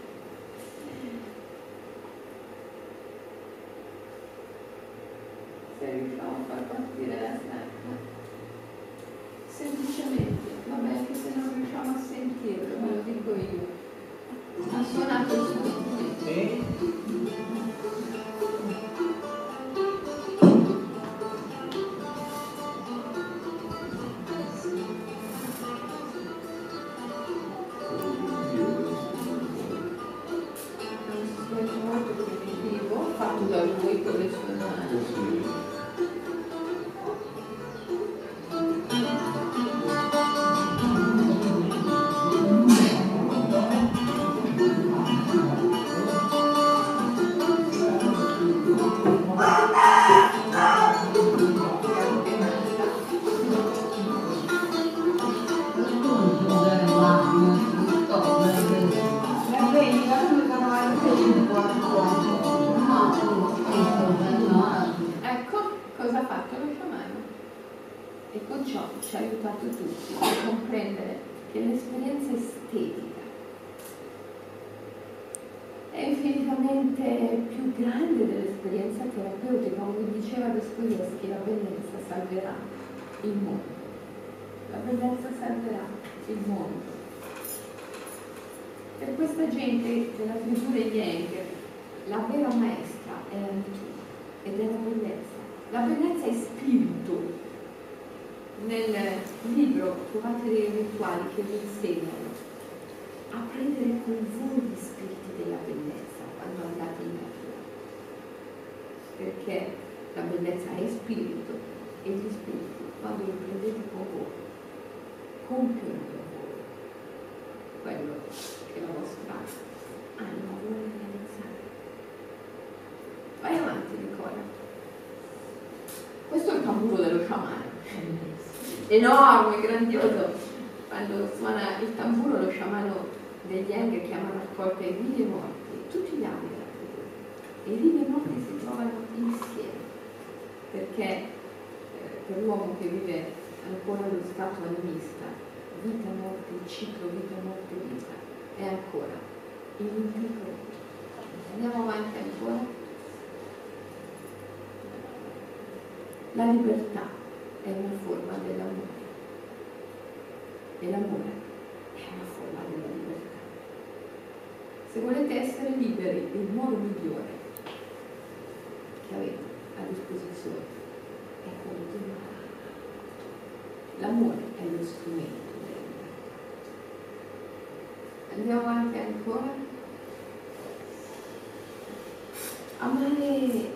Se riusciamo a far partire la serata, semplicemente, vabbè, anche se non riusciamo a sentirlo, ve lo dico io. Ha suonato il suo strumento. Sì? Molto primitivo, fatto da lui con le sue mani. Ecco cosa ha fatto lo sciamano, e con ciò ci ha aiutato tutti a comprendere che l'esperienza estetica è infinitamente più grande dell'esperienza terapeutica. Come diceva Dostoevskij, la bellezza salverà il mondo. La bellezza salverà il mondo. Per questa gente della tribù degli Enker, la vera maestra è la natura ed è la bellezza. La bellezza è spirito. Nel libro trovate dei rituali che vi insegnano a prendere con voi gli spiriti della bellezza quando andate in natura, perché la bellezza è spirito e gli spiriti, quando li prendete con voi, compiono per voi quello che la vostra anima vuole realizzare. Vai avanti, Nicola. Questo è il tamburo dello sciamano, enorme, grandioso. Quando suona il tamburo, lo sciamano degli Enker chiama a raccolta i vivi e i morti, tutti gli anni della tribù. E i vivi e i morti si trovano insieme, perché per l'uomo che vive ancora lo stato animista, vita, morte, ciclo, vita, morte, vita, è ancora ininterrotto. Andiamo avanti ancora. La libertà è una forma dell'amore e l'amore è una forma della libertà. Se volete essere liberi, il modo migliore che avete a disposizione è quello di amare. L'amore è lo strumento della libertà. Andiamo avanti ancora. Amare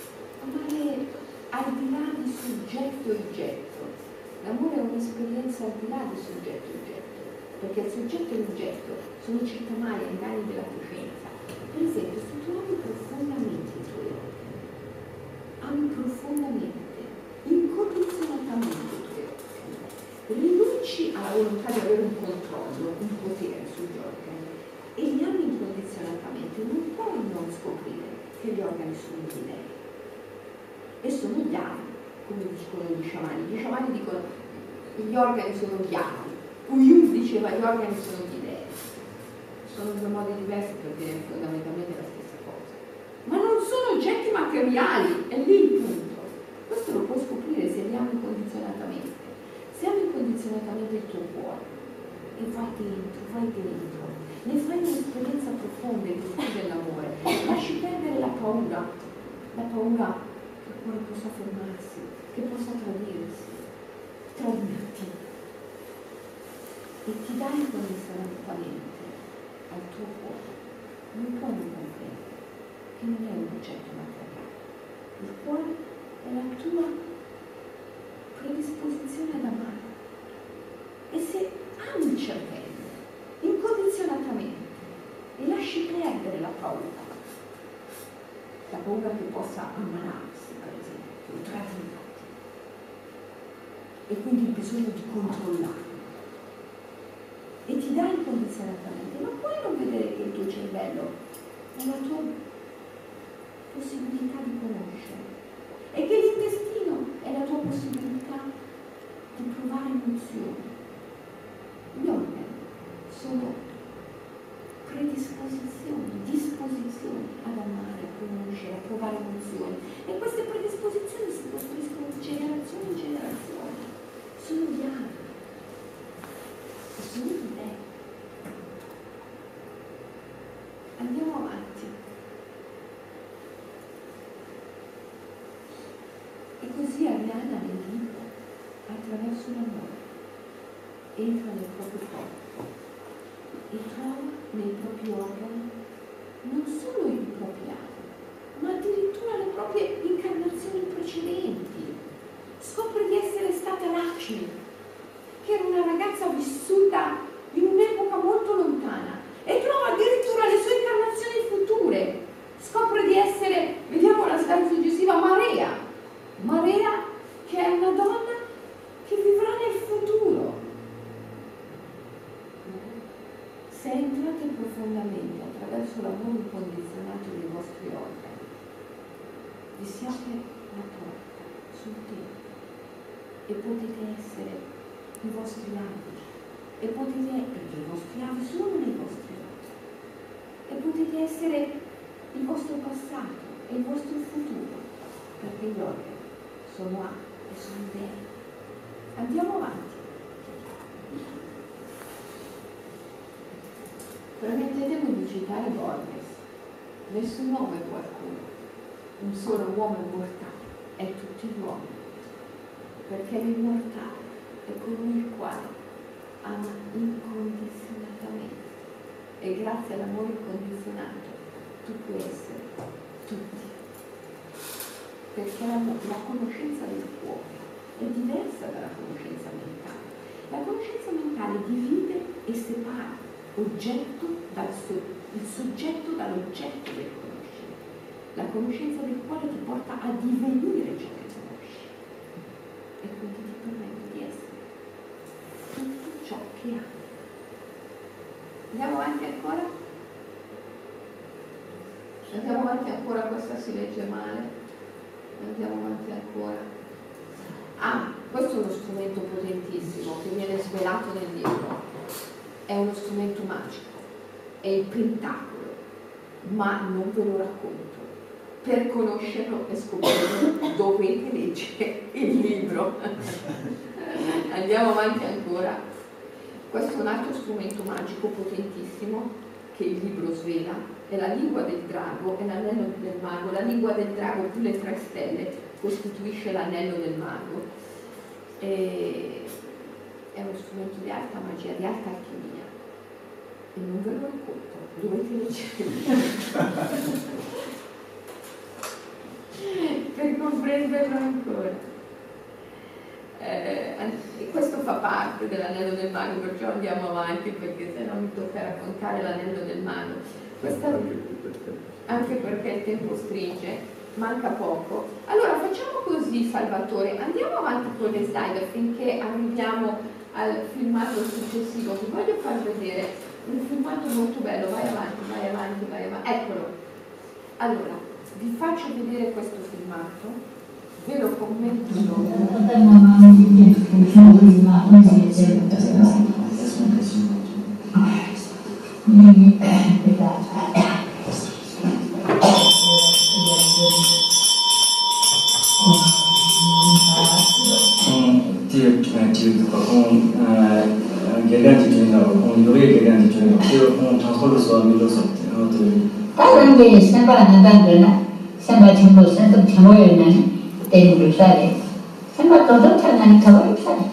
al di là di soggetto e oggetto. L'amore è un'esperienza al di là di soggetto e oggetto, perché il soggetto e l'oggetto sono circa mai ai danni della coscienza. Per esempio, se tu ami profondamente i tuoi organi, ami profondamente, incondizionatamente i tuoi organi, rinunci alla volontà di avere un controllo, un potere sugli organi e li ami incondizionatamente, non puoi non scoprire che gli organi sono di lei e sono gli ani, come dicono gli sciamani. Gli sciamani dicono gli organi sono gli ani, Jung diceva gli organi sono gli dei. Sono due modi diversi per dire fondamentalmente la stessa cosa, ma non sono oggetti materiali, è lì il punto. Questo lo puoi scoprire se li ami incondizionatamente. Se ami incondizionatamente il tuo cuore e vai dentro, ne fai un'esperienza profonda e dell'amore, lasci perdere la paura che il cuore possa fermarsi, che possa tradirti e ti dai incondizionatamente al tuo cuore. Non puoi non comprendere che non è un oggetto materiale. Il cuore è la tua predisposizione ad amare. E se ami il cervello incondizionatamente e lasci perdere la paura che possa ammalarsi, per esempio, tradirti, e quindi il bisogno di controllare, e ti dai incondizionatamente, non puoi non vedere che il tuo cervello è la tua possibilità di conoscere e che l'intestino è la tua possibilità di provare emozioni. Gli organi sono disposizioni ad amare, a conoscere, a provare emozioni, e queste predisposizioni si costruiscono di generazione in generazione. Sono gli anni. Sono idee. Andiamo avanti. E così Arianna nel libro, attraverso l'amore, entra nel proprio corpo e trova nei propri organi non solo i propri anni, ma addirittura le proprie incarnazioni precedenti. Scopre di essere stata Lakshmi, che era una ragazza vissuta in un'epoca molto lontana, e trova addirittura le sue incarnazioni future. Scopre di essere, vediamo la slide successiva, Marea, che è una donna che vivrà nel futuro. Se entrate profondamente attraverso l'amore incondizionato dei vostri organi, vi si apre la porta sul tempo e potete essere i vostri avi, e potete, perché i vostri avi sono nei vostri organi, e potete essere il vostro passato e il vostro futuro, perché gli organi sono A e sono dei. Andiamo avanti. Permettetemi di citare Borges: nessun uomo è qualcuno, un solo uomo è mortale, è tutti gli uomini, perché l'immortale è colui il quale ama incondizionatamente, e grazie all'amore incondizionato tu puoi essere tutti, perché la conoscenza del cuore è diversa dalla conoscenza mentale. La conoscenza mentale divide e separa il soggetto dall'oggetto del conoscere. La conoscenza del cuore ti porta a divenire ciò che conosci, e quindi ti permette di essere tutto ciò che ami. Andiamo avanti ancora? Andiamo avanti ancora, questa si legge male. Andiamo avanti ancora. Questo è uno strumento potentissimo che viene svelato nel libro. È uno strumento magico, è il pentacolo, ma non ve lo racconto. Per conoscerlo e scoprirlo dovete leggere il libro. Andiamo avanti ancora. Questo è un altro strumento magico potentissimo che il libro svela, è la lingua del drago, è l'anello del mago. La lingua del drago più le 3 stelle costituisce l'anello del mago. È uno strumento di alta magia, di alta alchimia, e non ve lo racconto, dovete leggere per comprenderlo ancora. E questo fa parte dell'anello del mago, perciò andiamo avanti, perché se no mi tocca raccontare l'anello del mago. Anche perché il tempo stringe, manca poco. Allora facciamo così, Salvatore, andiamo avanti con le slide affinché arriviamo al filmato successivo. Vi voglio far vedere un filmato molto bello. Vai avanti, vai avanti, vai avanti. Eccolo. Allora, vi faccio vedere questo filmato, ve lo commento 사람들이 생각한다는 생각 전부 생각 참고였는 때문에 살이 생각도 좋다는 더 살이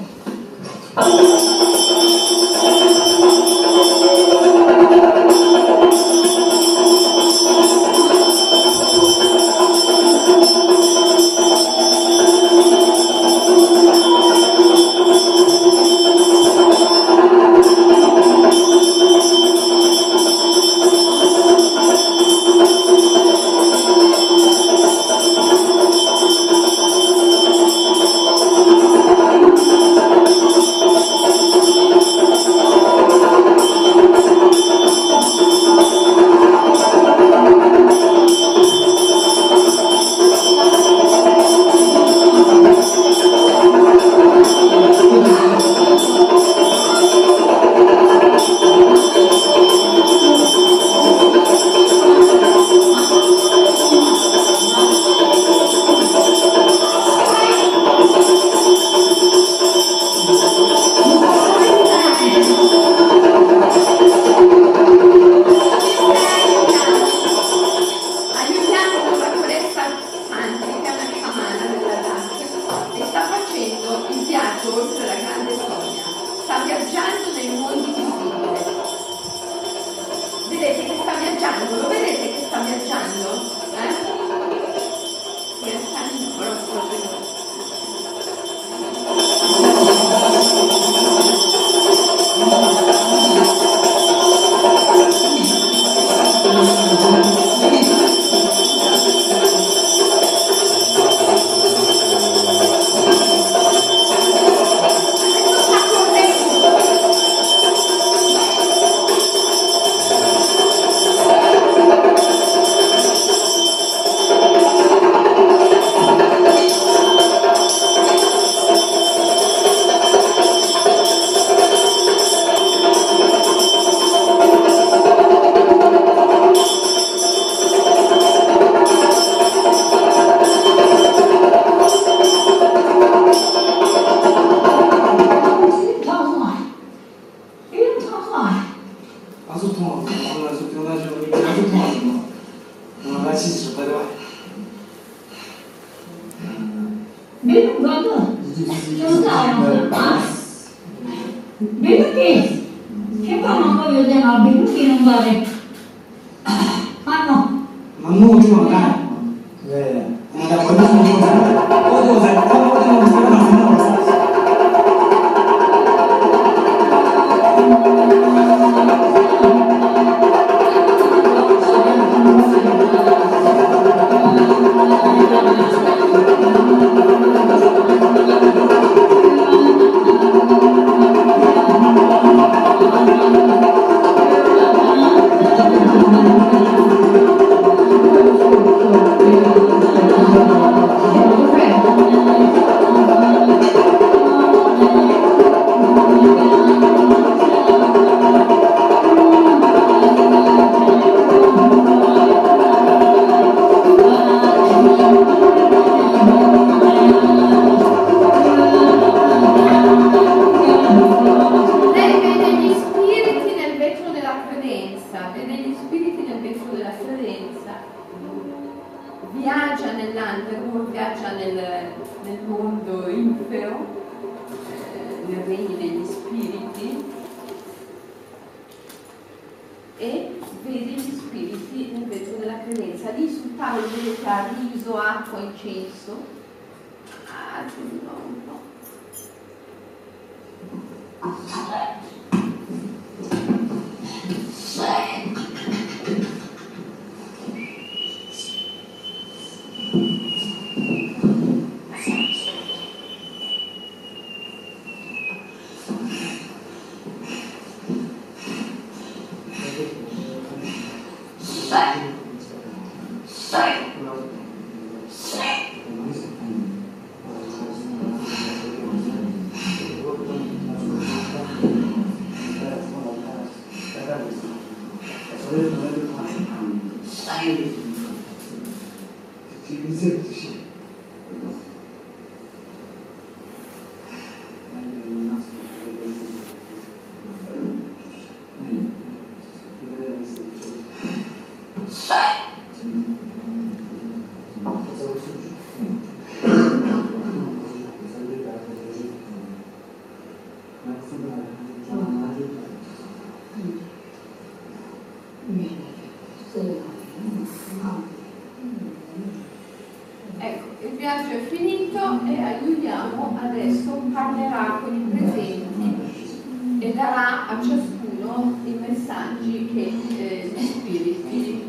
finito e aiutiamo adesso parlerà con i presenti e darà a ciascuno i messaggi che gli spiriti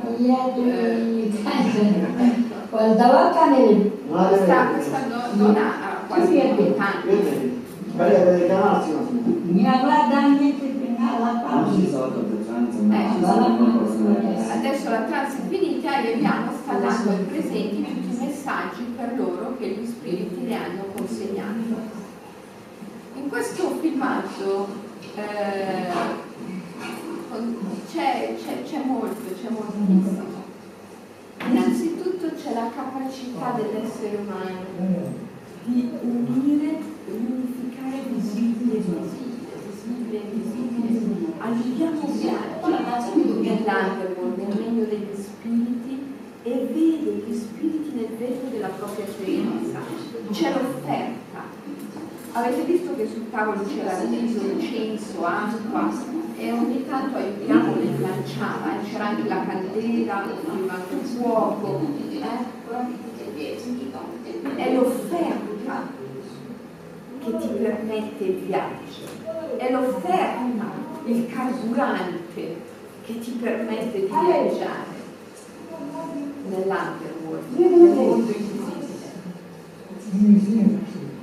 questa donna ha quasi 80 anni. Adesso la trance è finita e abbiamo sta dando ai presenti tutti i messaggi per loro che gli spiriti le hanno consegnato. In questo filmato c'è moltissimo. Innanzitutto c'è la capacità dell'essere umano di unire, unificare visibile e invisibile. Aiutiamo viaggi nell'underworld, nel regno degli spiriti, e vede gli spiriti nel vetro della propria esperienza. C'è l'offerta. Avete visto che sul tavolo c'era riso, incenso, acqua, e ogni tanto aiutiamo le lanciava, c'era anche la candela, anche il fuoco. È l'offerta che ti permette il viaggio, è l'offerta, il carburante che ti permette di viaggiare nell'underworld, nel mondo invisibile.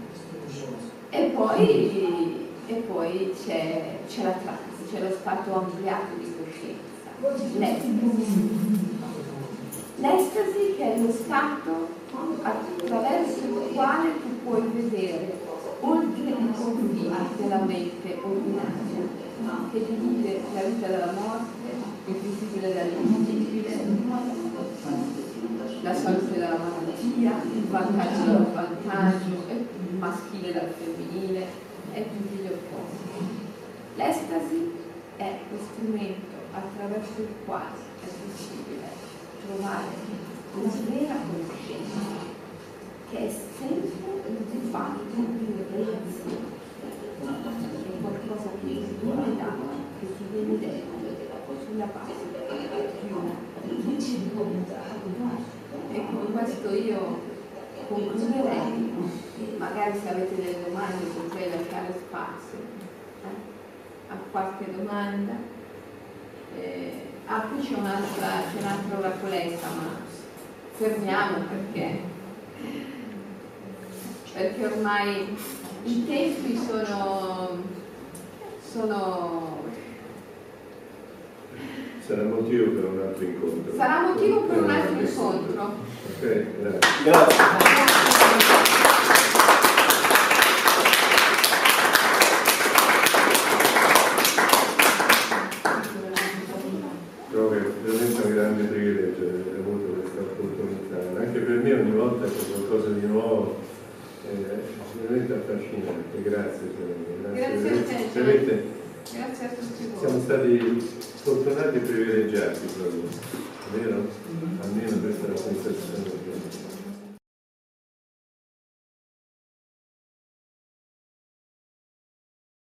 E poi c'è la trance, c'è lo stato ampliato di coscienza, l'estasi che è lo stato attraverso il quale tu puoi vedere oltre i confini della mente ordinaria, che divide la vita dalla morte, il visibile dall'invisibile, la salute dalla malattia, il vantaggio dallo svantaggio, il maschile dal femminile e tutti gli opposti. L'estasi è lo strumento attraverso il quale è possibile trovare la vera conoscenza, che è sempre il fatto di relazione, è qualcosa che ti viene dato, che ti viene detto sulla base di una. E con questo io concluderei, magari se avete delle domande potrei lasciare spazio a qualche domanda. Qui c'è un'altra oracoletta, ma fermiamo perché ormai i tempi sono sarà motivo per un altro incontro. Sarà motivo per un altro incontro. Ok, grazie. Trovo che è veramente un grande privilegio aver avuto questa opportunità. Anche per me ogni volta c'è qualcosa di nuovo, è veramente affascinante. Grazie. Grazie a te. Veramente. Grazie a tutti voi. Siamo stati fortunati e privilegiati proprio, vero? Almeno questa è la sensazione.